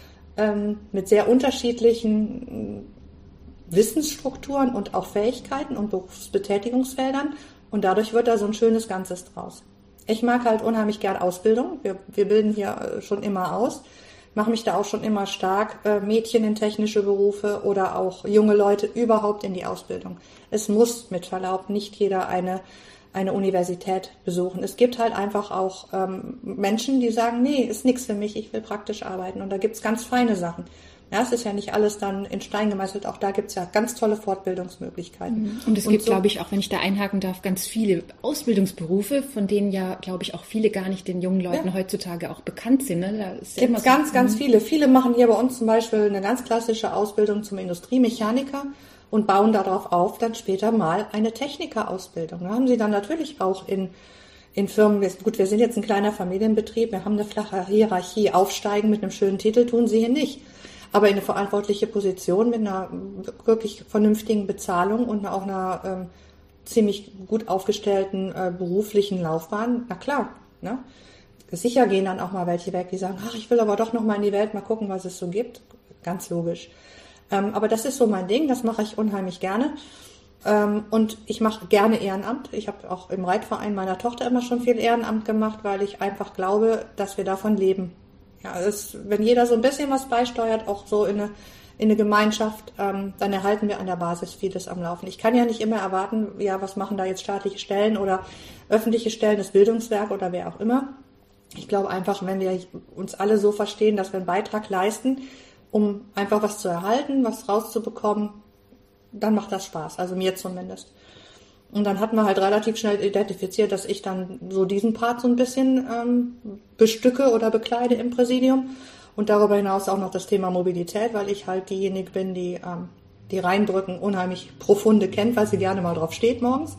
S1: Ähm, mit sehr unterschiedlichen Wissensstrukturen und auch Fähigkeiten und Berufsbetätigungsfeldern. Und dadurch wird da so ein schönes Ganzes draus. Ich mag halt unheimlich gern Ausbildung. Wir, wir bilden hier schon immer aus. Mache mich da auch schon immer stark, äh, Mädchen in technische Berufe oder auch junge Leute überhaupt in die Ausbildung. Es muss mit Verlaub nicht jeder eine eine Universität besuchen. Es gibt halt einfach auch ähm, Menschen, die sagen, nee, ist nichts für mich, ich will praktisch arbeiten. Und da gibt's ganz feine Sachen. Ja, es ist ja nicht alles dann in Stein gemeißelt. Auch da gibt's ja ganz tolle Fortbildungsmöglichkeiten.
S2: Und es gibt, so, glaube ich, auch, wenn ich da einhaken darf, ganz viele Ausbildungsberufe, von denen ja, glaube ich, auch viele gar nicht den jungen Leuten ja. heutzutage auch bekannt sind. Ne? Da ist
S1: ja gibt's so, ganz, ganz viele. Viele machen hier bei uns zum Beispiel eine ganz klassische Ausbildung zum Industriemechaniker und bauen darauf auf, dann später mal eine Technikerausbildung. Da haben sie dann natürlich auch in in Firmen, gut, wir sind jetzt ein kleiner Familienbetrieb, wir haben eine flache Hierarchie, aufsteigen mit einem schönen Titel tun sie hier nicht. Aber in eine verantwortliche Position mit einer wirklich vernünftigen Bezahlung und auch einer ähm, ziemlich gut aufgestellten äh, beruflichen Laufbahn, na klar, ne? Sicher gehen dann auch mal welche weg, die sagen, ach, ich will aber doch noch mal in die Welt, mal gucken, was es so gibt. Ganz logisch. Ähm, aber das ist so mein Ding, das mache ich unheimlich gerne. Ähm, und ich mache gerne Ehrenamt. Ich habe auch im Reitverein meiner Tochter immer schon viel Ehrenamt gemacht, weil ich einfach glaube, dass wir davon leben. Ja, es, wenn jeder so ein bisschen was beisteuert, auch so in eine, in eine Gemeinschaft, ähm, dann erhalten wir an der Basis vieles am Laufen. Ich kann ja nicht immer erwarten, ja, was machen da jetzt staatliche Stellen oder öffentliche Stellen, das Bildungswerk oder wer auch immer. Ich glaube einfach, wenn wir uns alle so verstehen, dass wir einen Beitrag leisten, um einfach was zu erhalten, was rauszubekommen, dann macht das Spaß, also mir zumindest. Und dann hat man halt relativ schnell identifiziert, dass ich dann so diesen Part so ein bisschen ähm, bestücke oder bekleide im Präsidium. Und darüber hinaus auch noch das Thema Mobilität, weil ich halt diejenige bin, die ähm, die Rheinbrücken unheimlich profunde kennt, weil sie gerne mal drauf steht morgens.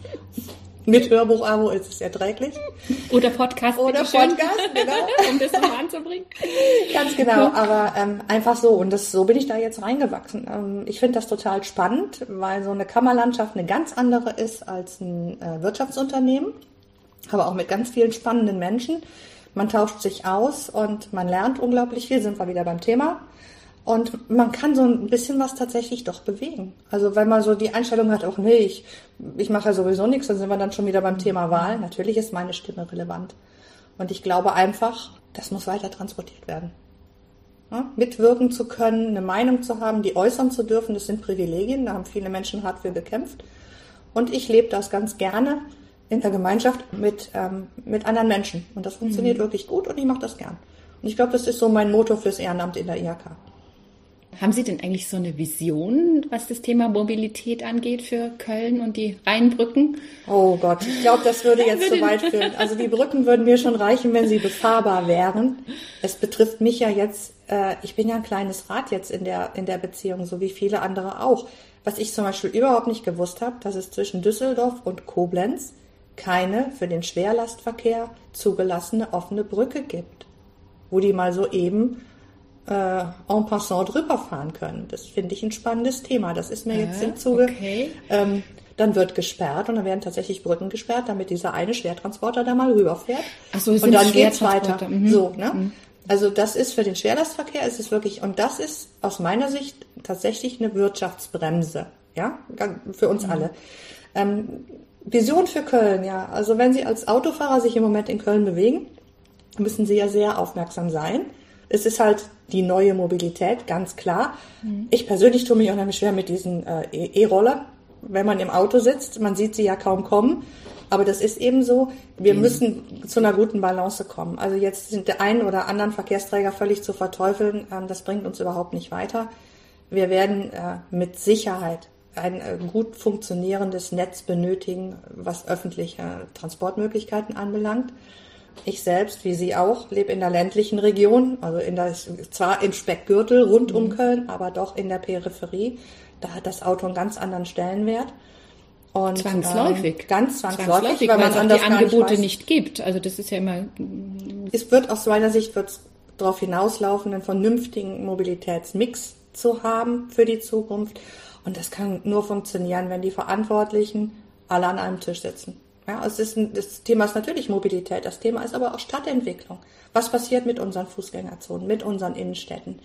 S1: Mit Hörbuch-Abo ist es erträglich.
S2: Oder Podcast.
S1: Oder Podcast, genau.
S2: Um das nochmal anzubringen.
S1: Ganz genau, aber ähm, einfach so. Und das, so bin ich da jetzt reingewachsen. Ähm, ich finde das total spannend, weil so eine Kammerlandschaft eine ganz andere ist als ein äh, Wirtschaftsunternehmen. Aber auch mit ganz vielen spannenden Menschen. Man tauscht sich aus und man lernt unglaublich viel, sind wir wieder beim Thema. Und man kann so ein bisschen was tatsächlich doch bewegen. Also wenn man so die Einstellung hat, auch nee, ich, ich mache ja sowieso nichts, dann sind wir dann schon wieder beim Thema Wahl. Natürlich ist meine Stimme relevant. Und ich glaube einfach, das muss weiter transportiert werden. Ja, mitwirken zu können, eine Meinung zu haben, die äußern zu dürfen, das sind Privilegien, da haben viele Menschen hart für gekämpft. Und ich lebe das ganz gerne in der Gemeinschaft mit, ähm, mit anderen Menschen. Und das funktioniert mhm. wirklich gut und ich mache das gern. Und ich glaube, das ist so mein Motto fürs Ehrenamt in der I H K.
S2: Haben Sie denn eigentlich so eine Vision, was das Thema Mobilität angeht für Köln und die Rheinbrücken?
S1: Oh Gott, ich glaube, das würde jetzt zu weit führen. Also die Brücken würden mir schon reichen, wenn sie befahrbar wären. Es betrifft mich ja jetzt, äh, ich bin ja ein kleines Rad jetzt in der, in der Beziehung, so wie viele andere auch. Was ich zum Beispiel überhaupt nicht gewusst habe, dass es zwischen Düsseldorf und Koblenz keine für den Schwerlastverkehr zugelassene offene Brücke gibt, wo die mal so eben Äh, en passant drüber fahren können. Das finde ich ein spannendes Thema. Das ist mir äh, jetzt im Zuge. Okay. Ähm, dann wird gesperrt und dann werden tatsächlich Brücken gesperrt, damit dieser eine Schwertransporter da mal rüberfährt.
S2: Ach so, es
S1: und dann geht's weiter.
S2: Mhm.
S1: So, ne? Mhm. Also das ist für den Schwerlastverkehr, ist es wirklich, und das ist aus meiner Sicht tatsächlich eine Wirtschaftsbremse, ja, für uns mhm. alle. Ähm, Vision für Köln, ja. Also wenn Sie als Autofahrer sich im Moment in Köln bewegen, müssen Sie ja sehr aufmerksam sein. Es ist halt die neue Mobilität, ganz klar. Mhm. Ich persönlich tue mich unheimlich schwer mit diesen äh, E-Roller, wenn man im Auto sitzt. Man sieht sie ja kaum kommen. Aber das ist eben so. Wir mhm. müssen zu einer guten Balance kommen. Also jetzt sind der einen oder anderen Verkehrsträger völlig zu verteufeln. Ähm, das bringt uns überhaupt nicht weiter. Wir werden äh, mit Sicherheit ein äh, gut funktionierendes Netz benötigen, was öffentliche Transportmöglichkeiten anbelangt. Ich selbst, wie Sie auch, lebe in der ländlichen Region, also in der, zwar im Speckgürtel rund um Köln, aber doch in der Peripherie. Da hat das Auto einen ganz anderen Stellenwert.
S2: Und, zwangsläufig.
S1: Äh, ganz zwangsläufig,
S2: zwangsläufig weil, weil man es die Angebote nicht, nicht gibt. Also das ist ja immer...
S1: Es wird aus meiner Sicht wird's darauf hinauslaufen, einen vernünftigen Mobilitätsmix zu haben für die Zukunft. Und das kann nur funktionieren, wenn die Verantwortlichen alle an einem Tisch sitzen. Ja, es ist ein, das Thema ist natürlich Mobilität, das Thema ist aber auch Stadtentwicklung. Was passiert mit unseren Fußgängerzonen, mit unseren Innenstädten?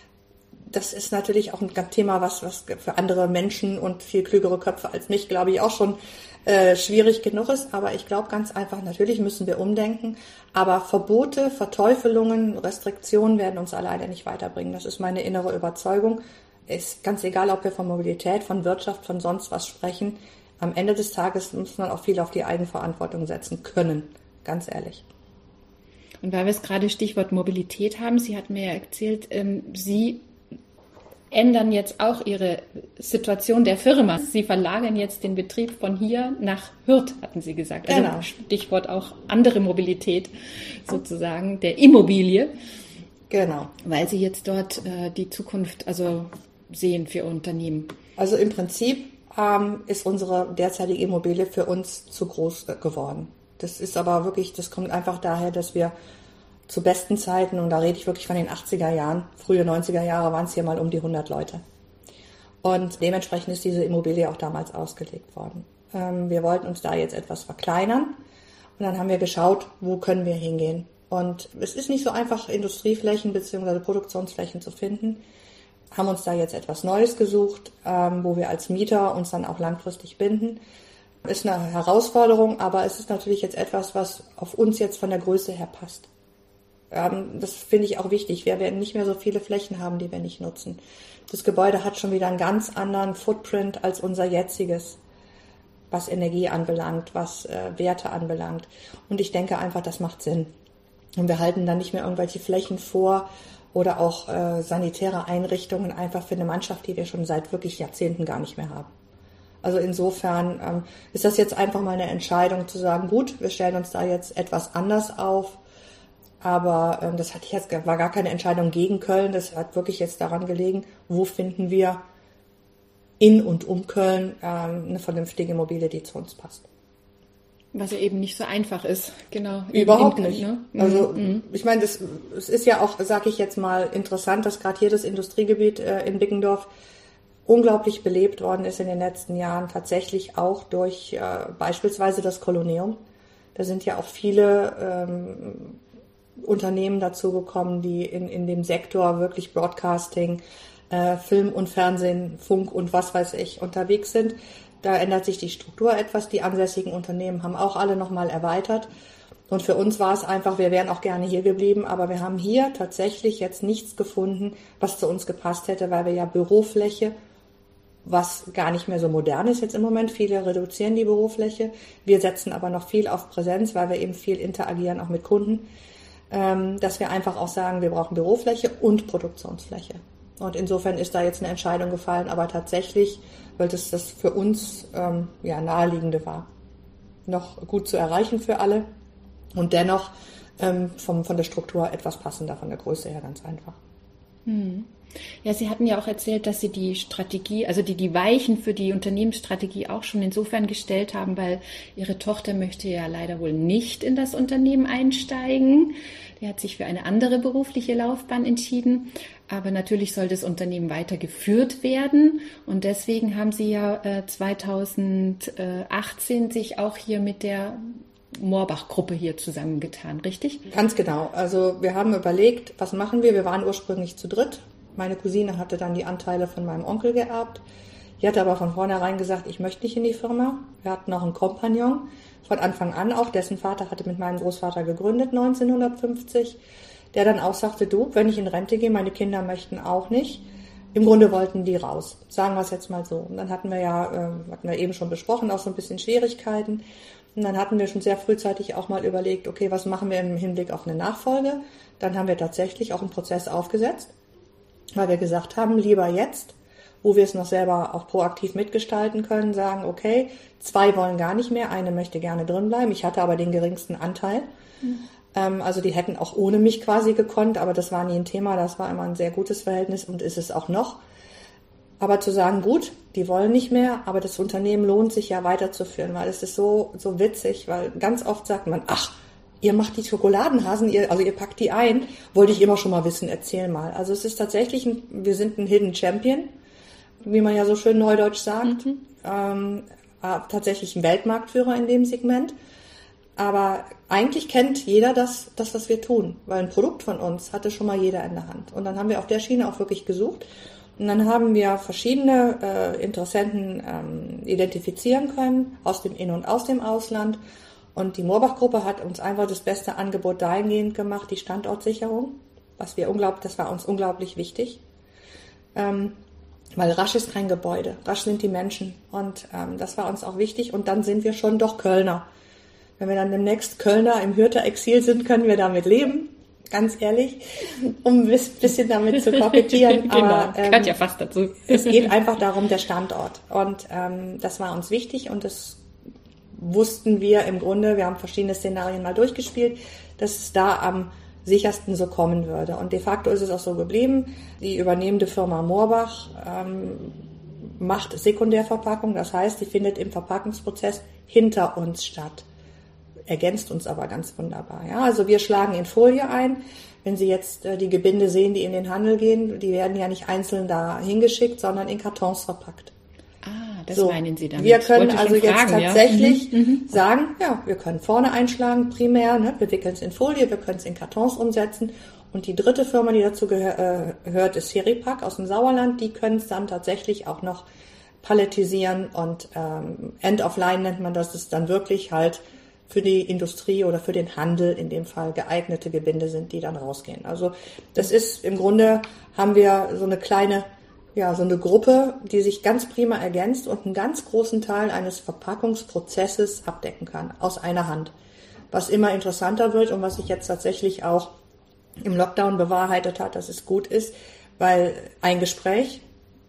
S1: Das ist natürlich auch ein Thema, was, was für andere Menschen und viel klügere Köpfe als mich, glaube ich, auch schon äh, schwierig genug ist. Aber ich glaube ganz einfach, natürlich müssen wir umdenken. Aber Verbote, Verteufelungen, Restriktionen werden uns alleine nicht weiterbringen. Das ist meine innere Überzeugung. Ist ganz egal, ob wir von Mobilität, von Wirtschaft, von sonst was sprechen. Am Ende des Tages muss man auch viel auf die Eigenverantwortung setzen können, ganz ehrlich.
S2: Und weil wir es gerade Stichwort Mobilität haben, Sie hatten mir ja erzählt, ähm, Sie ändern jetzt auch Ihre Situation der Firma. Sie verlagern jetzt den Betrieb von hier nach Hürth, hatten Sie gesagt. Also genau. Stichwort auch andere Mobilität sozusagen, der Immobilie.
S1: Genau.
S2: Weil Sie jetzt dort äh, die Zukunft also sehen für Ihr Unternehmen.
S1: Also im Prinzip ähm, ist unsere derzeitige Immobilie für uns zu groß äh, geworden. Das ist aber wirklich, das kommt einfach daher, dass wir zu besten Zeiten, und da rede ich wirklich von den achtziger Jahren, frühe neunziger Jahre, waren es hier mal um die hundert Leute. Und dementsprechend ist diese Immobilie auch damals ausgelegt worden. Ähm, wir wollten uns da jetzt etwas verkleinern und dann haben wir geschaut, wo können wir hingehen. Und es ist nicht so einfach, Industrieflächen bzw. Produktionsflächen zu finden. Haben uns da jetzt etwas Neues gesucht, ähm, wo wir als Mieter uns dann auch langfristig binden. Ist eine Herausforderung, aber es ist natürlich jetzt etwas, was auf uns jetzt von der Größe her passt. Ähm, das finde ich auch wichtig. Wir werden nicht mehr so viele Flächen haben, die wir nicht nutzen. Das Gebäude hat schon wieder einen ganz anderen Footprint als unser jetziges, was Energie anbelangt, was äh, Werte anbelangt. Und ich denke einfach, das macht Sinn. Und wir halten dann nicht mehr irgendwelche Flächen vor oder auch äh, sanitäre Einrichtungen einfach für eine Mannschaft, die wir schon seit wirklich Jahrzehnten gar nicht mehr haben. Also insofern ähm, ist das jetzt einfach mal eine Entscheidung zu sagen, gut, wir stellen uns da jetzt etwas anders auf. Aber ähm, das hatte ich jetzt, war gar keine Entscheidung gegen Köln. Das hat wirklich jetzt daran gelegen, wo finden wir in und um Köln ähm, eine vernünftige Immobilie, die zu uns passt.
S2: Was ja eben nicht so einfach ist, genau.
S1: Überhaupt
S2: in,
S1: nicht.
S2: Ne?
S1: Also
S2: mhm.
S1: ich meine, das, es ist ja auch, sage ich jetzt mal, interessant, dass gerade hier das Industriegebiet äh, in Biggendorf unglaublich belebt worden ist in den letzten Jahren, tatsächlich auch durch äh, beispielsweise das Kolonium. Da sind ja auch viele ähm, Unternehmen dazugekommen, die in, in dem Sektor wirklich Broadcasting, äh, Film und Fernsehen, Funk und was weiß ich unterwegs sind. Da ändert sich die Struktur etwas. Die ansässigen Unternehmen haben auch alle nochmal erweitert. Und für uns war es einfach, wir wären auch gerne hier geblieben, aber wir haben hier tatsächlich jetzt nichts gefunden, was zu uns gepasst hätte, weil wir ja Bürofläche, was gar nicht mehr so modern ist jetzt im Moment, viele reduzieren die Bürofläche. Wir setzen aber noch viel auf Präsenz, weil wir eben viel interagieren, auch mit Kunden, dass wir einfach auch sagen, wir brauchen Bürofläche und Produktionsfläche. Und insofern ist da jetzt eine Entscheidung gefallen, aber tatsächlich, weil das, das für uns ähm, ja naheliegende war, noch gut zu erreichen für alle. Und dennoch ähm, vom, von der Struktur etwas passender, von der Größe her ganz einfach.
S2: Hm. Ja, Sie hatten ja auch erzählt, dass Sie die Strategie, also die, die Weichen für die Unternehmensstrategie auch schon insofern gestellt haben, weil Ihre Tochter möchte ja leider wohl nicht in das Unternehmen einsteigen. Die hat sich für eine andere berufliche Laufbahn entschieden. Aber natürlich soll das Unternehmen weiter geführt werden. Und deswegen haben Sie ja äh, zweitausendachtzehn sich auch hier mit der Moorbach-Gruppe hier zusammengetan, richtig?
S1: Ganz genau. Also wir haben überlegt, was machen wir? Wir waren ursprünglich zu dritt. Meine Cousine hatte dann die Anteile von meinem Onkel geerbt. Die hatte aber von vornherein gesagt, ich möchte nicht in die Firma. Wir hatten noch einen Kompagnon von Anfang an auch. Dessen Vater hatte mit meinem Großvater gegründet neunzehnhundertfünfzig. Der dann auch sagte, du, wenn ich in Rente gehe, meine Kinder möchten auch nicht. Im Grunde wollten die raus. Sagen wir es jetzt mal so. Und dann hatten wir ja, äh, hatten wir eben schon besprochen, auch so ein bisschen Schwierigkeiten. Und dann hatten wir schon sehr frühzeitig auch mal überlegt, okay, was machen wir im Hinblick auf eine Nachfolge? Dann haben wir tatsächlich auch einen Prozess aufgesetzt, weil wir gesagt haben, lieber jetzt, wo wir es noch selber auch proaktiv mitgestalten können, sagen, okay, zwei wollen gar nicht mehr, eine möchte gerne drin bleiben. Ich hatte aber den geringsten Anteil. Mhm. Ähm, also die hätten auch ohne mich quasi gekonnt, aber das war nie ein Thema. Das war immer ein sehr gutes Verhältnis und ist es auch noch. Aber zu sagen, gut, die wollen nicht mehr, aber das Unternehmen lohnt sich ja weiterzuführen, weil es ist so, so witzig, weil ganz oft sagt man, ach, ihr macht die Schokoladenhasen, ihr, also ihr packt die ein, wollte ich immer schon mal wissen, erzähl mal. Also es ist tatsächlich, ein, wir sind ein Hidden Champion, wie man ja so schön neudeutsch sagt, mhm. ähm, tatsächlich ein Weltmarktführer in dem Segment. Aber eigentlich kennt jeder das, das, was wir tun, weil ein Produkt von uns hatte schon mal jeder in der Hand. Und dann haben wir auf der Schiene auch wirklich gesucht. Und dann haben wir verschiedene äh, Interessenten ähm, identifizieren können, aus dem In- und aus dem Ausland. Und die Moorbach-Gruppe hat uns einfach das beste Angebot dahingehend gemacht, die Standortsicherung, was wir unglaublich, das war uns unglaublich wichtig. Ähm, weil rasch ist kein Gebäude, rasch sind die Menschen. Und ähm, das war uns auch wichtig. Und dann sind wir schon doch Kölner. Wenn wir dann demnächst Kölner im Hürther Exil sind, können wir damit leben. Ganz ehrlich, um ein bisschen damit zu kokettieren.
S2: Genau,
S1: aber ähm,
S2: gehört ja fast dazu.
S1: Es geht einfach darum, der Standort. Und ähm, das war uns wichtig und das wussten wir im Grunde, wir haben verschiedene Szenarien mal durchgespielt, dass es da am sichersten so kommen würde. Und de facto ist es auch so geblieben. Die übernehmende Firma Moorbach ähm, macht Sekundärverpackung, das heißt, die findet im Verpackungsprozess hinter uns statt. Ergänzt uns aber ganz wunderbar. Ja, also wir schlagen in Folie ein. Wenn Sie jetzt äh, die Gebinde sehen, die in den Handel gehen, die werden ja nicht einzeln da hingeschickt, sondern in Kartons verpackt.
S2: Ah, das
S1: so,
S2: meinen Sie damit.
S1: Wir können also jetzt
S2: fragen,
S1: tatsächlich
S2: ja? mhm.
S1: sagen, ja, wir können vorne einschlagen, primär, ne, wir wickeln es in Folie, wir können es in Kartons umsetzen. Und die dritte Firma, die dazu gehör, äh, gehört, ist Seripack aus dem Sauerland. Die können es dann tatsächlich auch noch palettisieren und ähm, End of Line nennt man das, das ist dann wirklich halt für die Industrie oder für den Handel in dem Fall geeignete Gebinde sind, die dann rausgehen. Also das ist im Grunde, haben wir so eine kleine, ja, so eine Gruppe, die sich ganz prima ergänzt und einen ganz großen Teil eines Verpackungsprozesses abdecken kann, aus einer Hand. Was immer interessanter wird und was sich jetzt tatsächlich auch im Lockdown bewahrheitet hat, dass es gut ist, weil ein Gespräch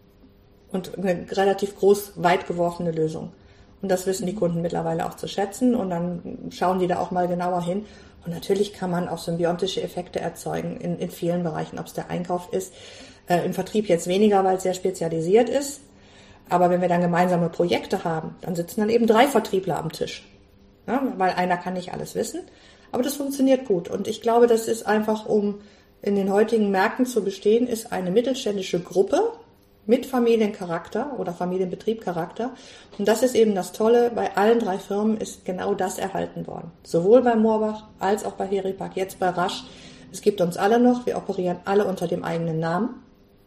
S1: und eine relativ groß weit geworfene Lösung. Und das wissen die Kunden mittlerweile auch zu schätzen und dann schauen die da auch mal genauer hin. Und natürlich kann man auch symbiotische Effekte erzeugen in, in vielen Bereichen, ob es der Einkauf ist, äh, im Vertrieb jetzt weniger, weil es sehr spezialisiert ist. Aber wenn wir dann gemeinsame Projekte haben, dann sitzen dann eben drei Vertriebler am Tisch. Ja, weil einer kann nicht alles wissen. Aber das funktioniert gut. Und ich glaube, das ist einfach, um in den heutigen Märkten zu bestehen, ist eine mittelständische Gruppe mit Familiencharakter oder Familienbetriebcharakter. Und das ist eben das Tolle, bei allen drei Firmen ist genau das erhalten worden. Sowohl bei Moorbach als auch bei Heripack, jetzt bei Rasch. Es gibt uns alle noch, wir operieren alle unter dem eigenen Namen.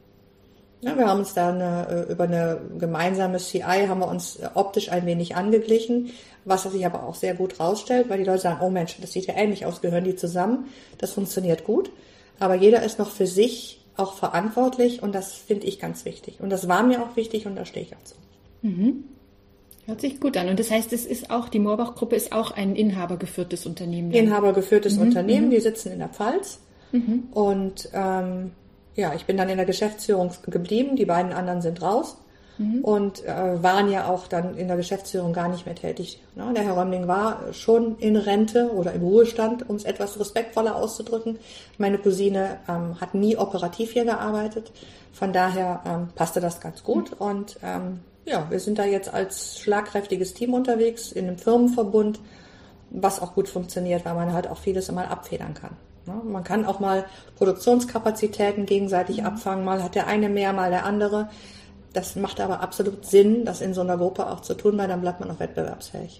S1: Ja, wir haben uns da eine, über eine gemeinsame C I haben wir uns optisch ein wenig angeglichen, was sich aber auch sehr gut rausstellt, weil die Leute sagen, oh Mensch, das sieht ja ähnlich aus, gehören die zusammen? Das funktioniert gut, aber jeder ist noch für sich auch verantwortlich und das finde ich ganz wichtig. Und das war mir auch wichtig und da stehe ich auch zu.
S2: Mhm. Hört sich gut an. Und das heißt, es ist auch, die Moorbach-Gruppe ist auch ein inhabergeführtes Unternehmen. Dann?
S1: Inhabergeführtes
S2: mhm.
S1: Unternehmen,
S2: mhm.
S1: die sitzen in der Pfalz
S2: mhm.
S1: und ähm, ja, ich bin dann in der Geschäftsführung geblieben, die beiden anderen sind raus mhm. und äh, waren ja auch dann in der Geschäftsführung gar nicht mehr tätig. Ne? Der Herr Römmling war schon in Rente oder im Ruhestand, um es etwas respektvoller auszudrücken. Meine Cousine ähm, hat nie operativ hier gearbeitet, von daher ähm, passte das ganz gut mhm. und ähm, ja, wir sind da jetzt als schlagkräftiges Team unterwegs in einem Firmenverbund, was auch gut funktioniert, weil man halt auch vieles mal abfedern kann. Man kann auch mal Produktionskapazitäten gegenseitig abfangen, mal hat der eine mehr, mal der andere. Das macht aber absolut Sinn, das in so einer Gruppe auch zu tun, weil dann bleibt man auch wettbewerbsfähig.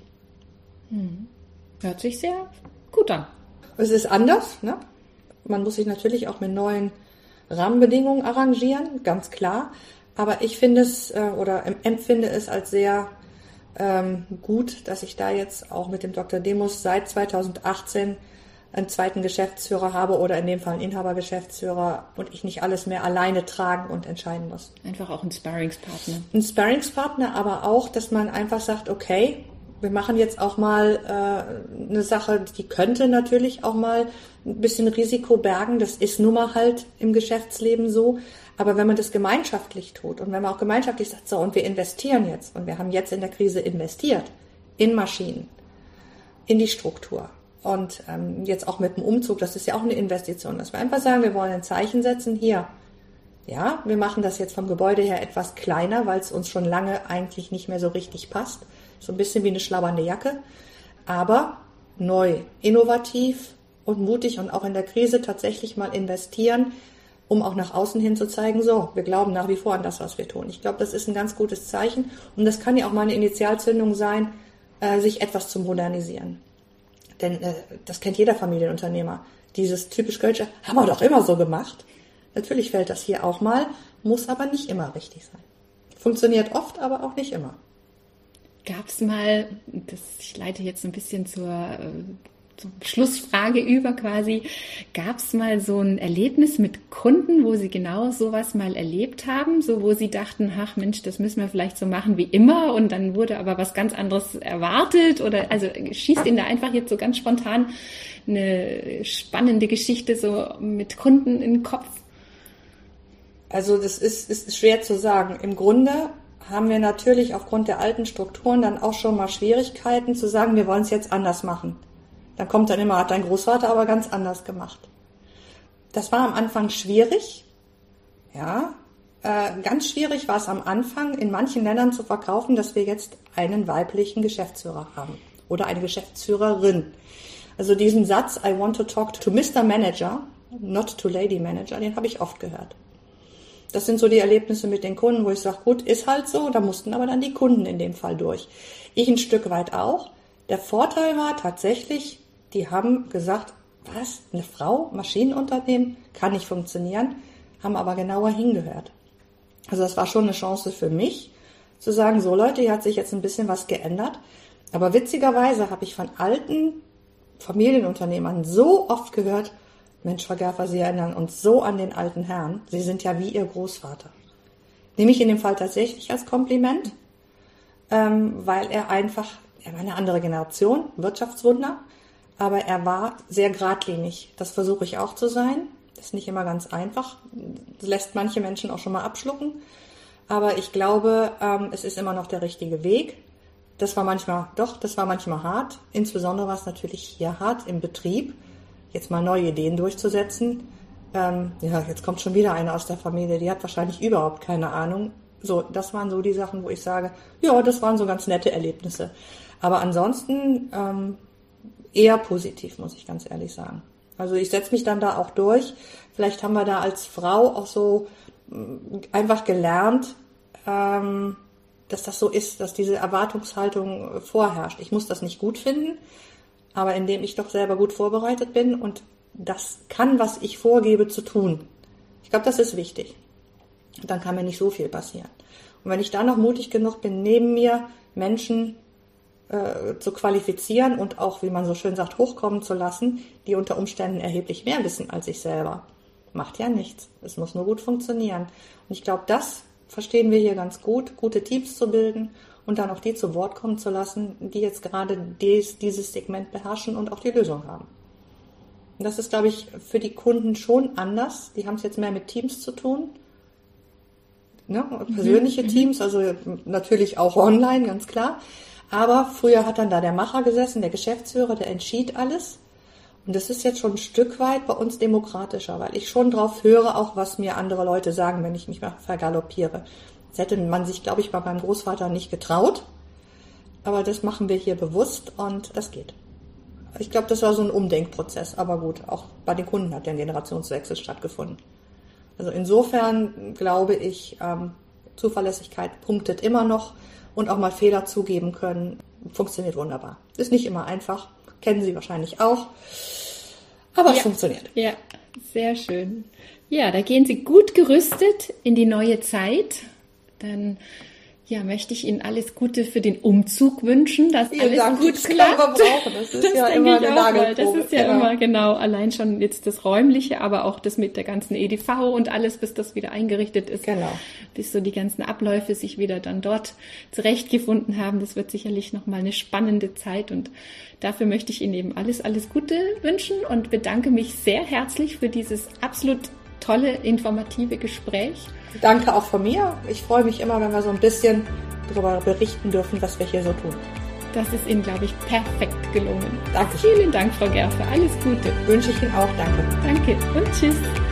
S2: Hm. Hört sich sehr gut an.
S1: Es ist anders, ne? Man muss sich natürlich auch mit neuen Rahmenbedingungen arrangieren, ganz klar. Aber ich finde es äh, oder empfinde es als sehr ähm, gut, dass ich da jetzt auch mit dem Doktor Demus seit zweitausendachtzehn einen zweiten Geschäftsführer habe oder in dem Fall einen Inhabergeschäftsführer und ich nicht alles mehr alleine tragen und entscheiden muss.
S2: Einfach auch ein Sparringspartner.
S1: Ein Sparringspartner, aber auch, dass man einfach sagt, okay, wir machen jetzt auch mal äh, eine Sache, die könnte natürlich auch mal ein bisschen Risiko bergen. Das ist nun mal halt im Geschäftsleben so. Aber wenn man das gemeinschaftlich tut und wenn man auch gemeinschaftlich sagt, so und wir investieren jetzt und wir haben jetzt in der Krise investiert in Maschinen, in die Struktur. Und ähm, jetzt auch mit dem Umzug, das ist ja auch eine Investition, dass wir einfach sagen, wir wollen ein Zeichen setzen, hier, ja, wir machen das jetzt vom Gebäude her etwas kleiner, weil es uns schon lange eigentlich nicht mehr so richtig passt. So ein bisschen wie eine schlabbernde Jacke, aber neu, innovativ und mutig und auch in der Krise tatsächlich mal investieren, um auch nach außen hin zu zeigen, so, wir glauben nach wie vor an das, was wir tun. Ich glaube, das ist ein ganz gutes Zeichen und das kann ja auch mal eine Initialzündung sein, äh, sich etwas zu modernisieren. Denn äh, das kennt jeder Familienunternehmer. Dieses typisch Kölsche haben wir doch immer so gemacht. Natürlich fällt das hier auch mal, muss aber nicht immer richtig sein. Funktioniert oft, aber auch nicht immer.
S2: Gab es mal, das, ich leite jetzt ein bisschen zur, zur Schlussfrage über quasi, gab es mal so ein Erlebnis mit Kunden, wo Sie genau sowas mal erlebt haben, so wo Sie dachten, ach Mensch, das müssen wir vielleicht so machen wie immer und dann wurde aber was ganz anderes erwartet oder also schießt Ihnen da einfach jetzt so ganz spontan eine spannende Geschichte so mit Kunden in den Kopf?
S1: Also das ist, ist schwer zu sagen. Im Grunde haben wir natürlich aufgrund der alten Strukturen dann auch schon mal Schwierigkeiten zu sagen, wir wollen es jetzt anders machen. Dann kommt dann immer, hat dein Großvater aber ganz anders gemacht. Das war am Anfang schwierig. Ja, äh, ganz schwierig war es am Anfang, in manchen Ländern zu verkaufen, dass wir jetzt einen weiblichen Geschäftsführer haben oder eine Geschäftsführerin. Also diesen Satz, I want to talk to Mister Manager, not to Lady Manager, den habe ich oft gehört. Das sind so die Erlebnisse mit den Kunden, wo ich sage, gut, ist halt so, da mussten aber dann die Kunden in dem Fall durch. Ich ein Stück weit auch. Der Vorteil war tatsächlich, die haben gesagt, was, eine Frau, Maschinenunternehmen, kann nicht funktionieren, haben aber genauer hingehört. Also das war schon eine Chance für mich, zu sagen, so Leute, hier hat sich jetzt ein bisschen was geändert. Aber witzigerweise habe ich von alten Familienunternehmern so oft gehört, Mensch, Frau Gerfer, Sie erinnern uns so an den alten Herrn. Sie sind ja wie Ihr Großvater. Nehme ich in dem Fall tatsächlich als Kompliment, ähm, weil er einfach, er war eine andere Generation, Wirtschaftswunder, aber er war sehr geradlinig. Das versuche ich auch zu sein. Das ist nicht immer ganz einfach. Das lässt manche Menschen auch schon mal abschlucken. Aber ich glaube, ähm, es ist immer noch der richtige Weg. Das war manchmal, doch, das war manchmal hart. Insbesondere war es natürlich hier hart im Betrieb, jetzt mal neue Ideen durchzusetzen. Ähm, ja, jetzt kommt schon wieder eine aus der Familie, die hat wahrscheinlich überhaupt keine Ahnung. So, das waren so die Sachen, wo ich sage, ja, das waren so ganz nette Erlebnisse. Aber ansonsten ähm, eher positiv, muss ich ganz ehrlich sagen. Also ich setze mich dann da auch durch. Vielleicht haben wir da als Frau auch so einfach gelernt, ähm, dass das so ist, dass diese Erwartungshaltung vorherrscht. Ich muss das nicht gut finden, aber indem ich doch selber gut vorbereitet bin und das kann, was ich vorgebe zu tun. Ich glaube, das ist wichtig. Dann kann mir nicht so viel passieren. Und wenn ich dann noch mutig genug bin, neben mir Menschen äh, zu qualifizieren und auch, wie man so schön sagt, hochkommen zu lassen, die unter Umständen erheblich mehr wissen als ich selber, macht ja nichts. Es muss nur gut funktionieren. Und ich glaube, das verstehen wir hier ganz gut, gute Teams zu bilden und dann auch die zu Wort kommen zu lassen, die jetzt gerade dies, dieses Segment beherrschen und auch die Lösung haben. Und das ist, glaube ich, für die Kunden schon anders. Die haben es jetzt mehr mit Teams zu tun. Ne? Persönliche mhm. Teams, also natürlich auch online, ganz klar. Aber früher hat dann da der Macher gesessen, der Geschäftsführer, der entschied alles. Und das ist jetzt schon ein Stück weit bei uns demokratischer, weil ich schon drauf höre, auch was mir andere Leute sagen, wenn ich mich mal vergaloppiere. Das hätte man sich, glaube ich, bei meinem Großvater nicht getraut. Aber das machen wir hier bewusst und das geht. Ich glaube, das war so ein Umdenkprozess. Aber gut, auch bei den Kunden hat der Generationswechsel stattgefunden. Also insofern glaube ich, ähm, Zuverlässigkeit punktet immer noch und auch mal Fehler zugeben können. Funktioniert wunderbar. Ist nicht immer einfach. Kennen Sie wahrscheinlich auch. Aber es
S2: ja,
S1: funktioniert.
S2: Ja, sehr schön. Ja, da gehen Sie gut gerüstet in die neue Zeit. Dann ja, möchte ich Ihnen alles Gute für den Umzug wünschen, dass
S1: Vielen
S2: alles
S1: Dank.
S2: gut
S1: Das
S2: klappt.
S1: können wir brauchen. Das ist
S2: das
S1: ja immer eine Nagelprobe.
S2: Das ist ja
S1: genau.
S2: immer genau, allein schon jetzt das Räumliche, aber auch das mit der ganzen E D V und alles, bis das wieder eingerichtet ist.
S1: Genau.
S2: Bis so die ganzen Abläufe sich wieder dann dort zurechtgefunden haben. Das wird sicherlich nochmal eine spannende Zeit und dafür möchte ich Ihnen eben alles, alles Gute wünschen und bedanke mich sehr herzlich für dieses absolut tolle, informative Gespräch.
S1: Danke auch von mir. Ich freue mich immer, wenn wir so ein bisschen darüber berichten dürfen, was wir hier so tun.
S2: Das ist Ihnen, glaube ich, perfekt gelungen.
S1: Danke.
S2: Vielen Dank, Frau Gerfe. Alles Gute.
S1: Wünsche ich Ihnen auch. Danke.
S2: Danke und tschüss.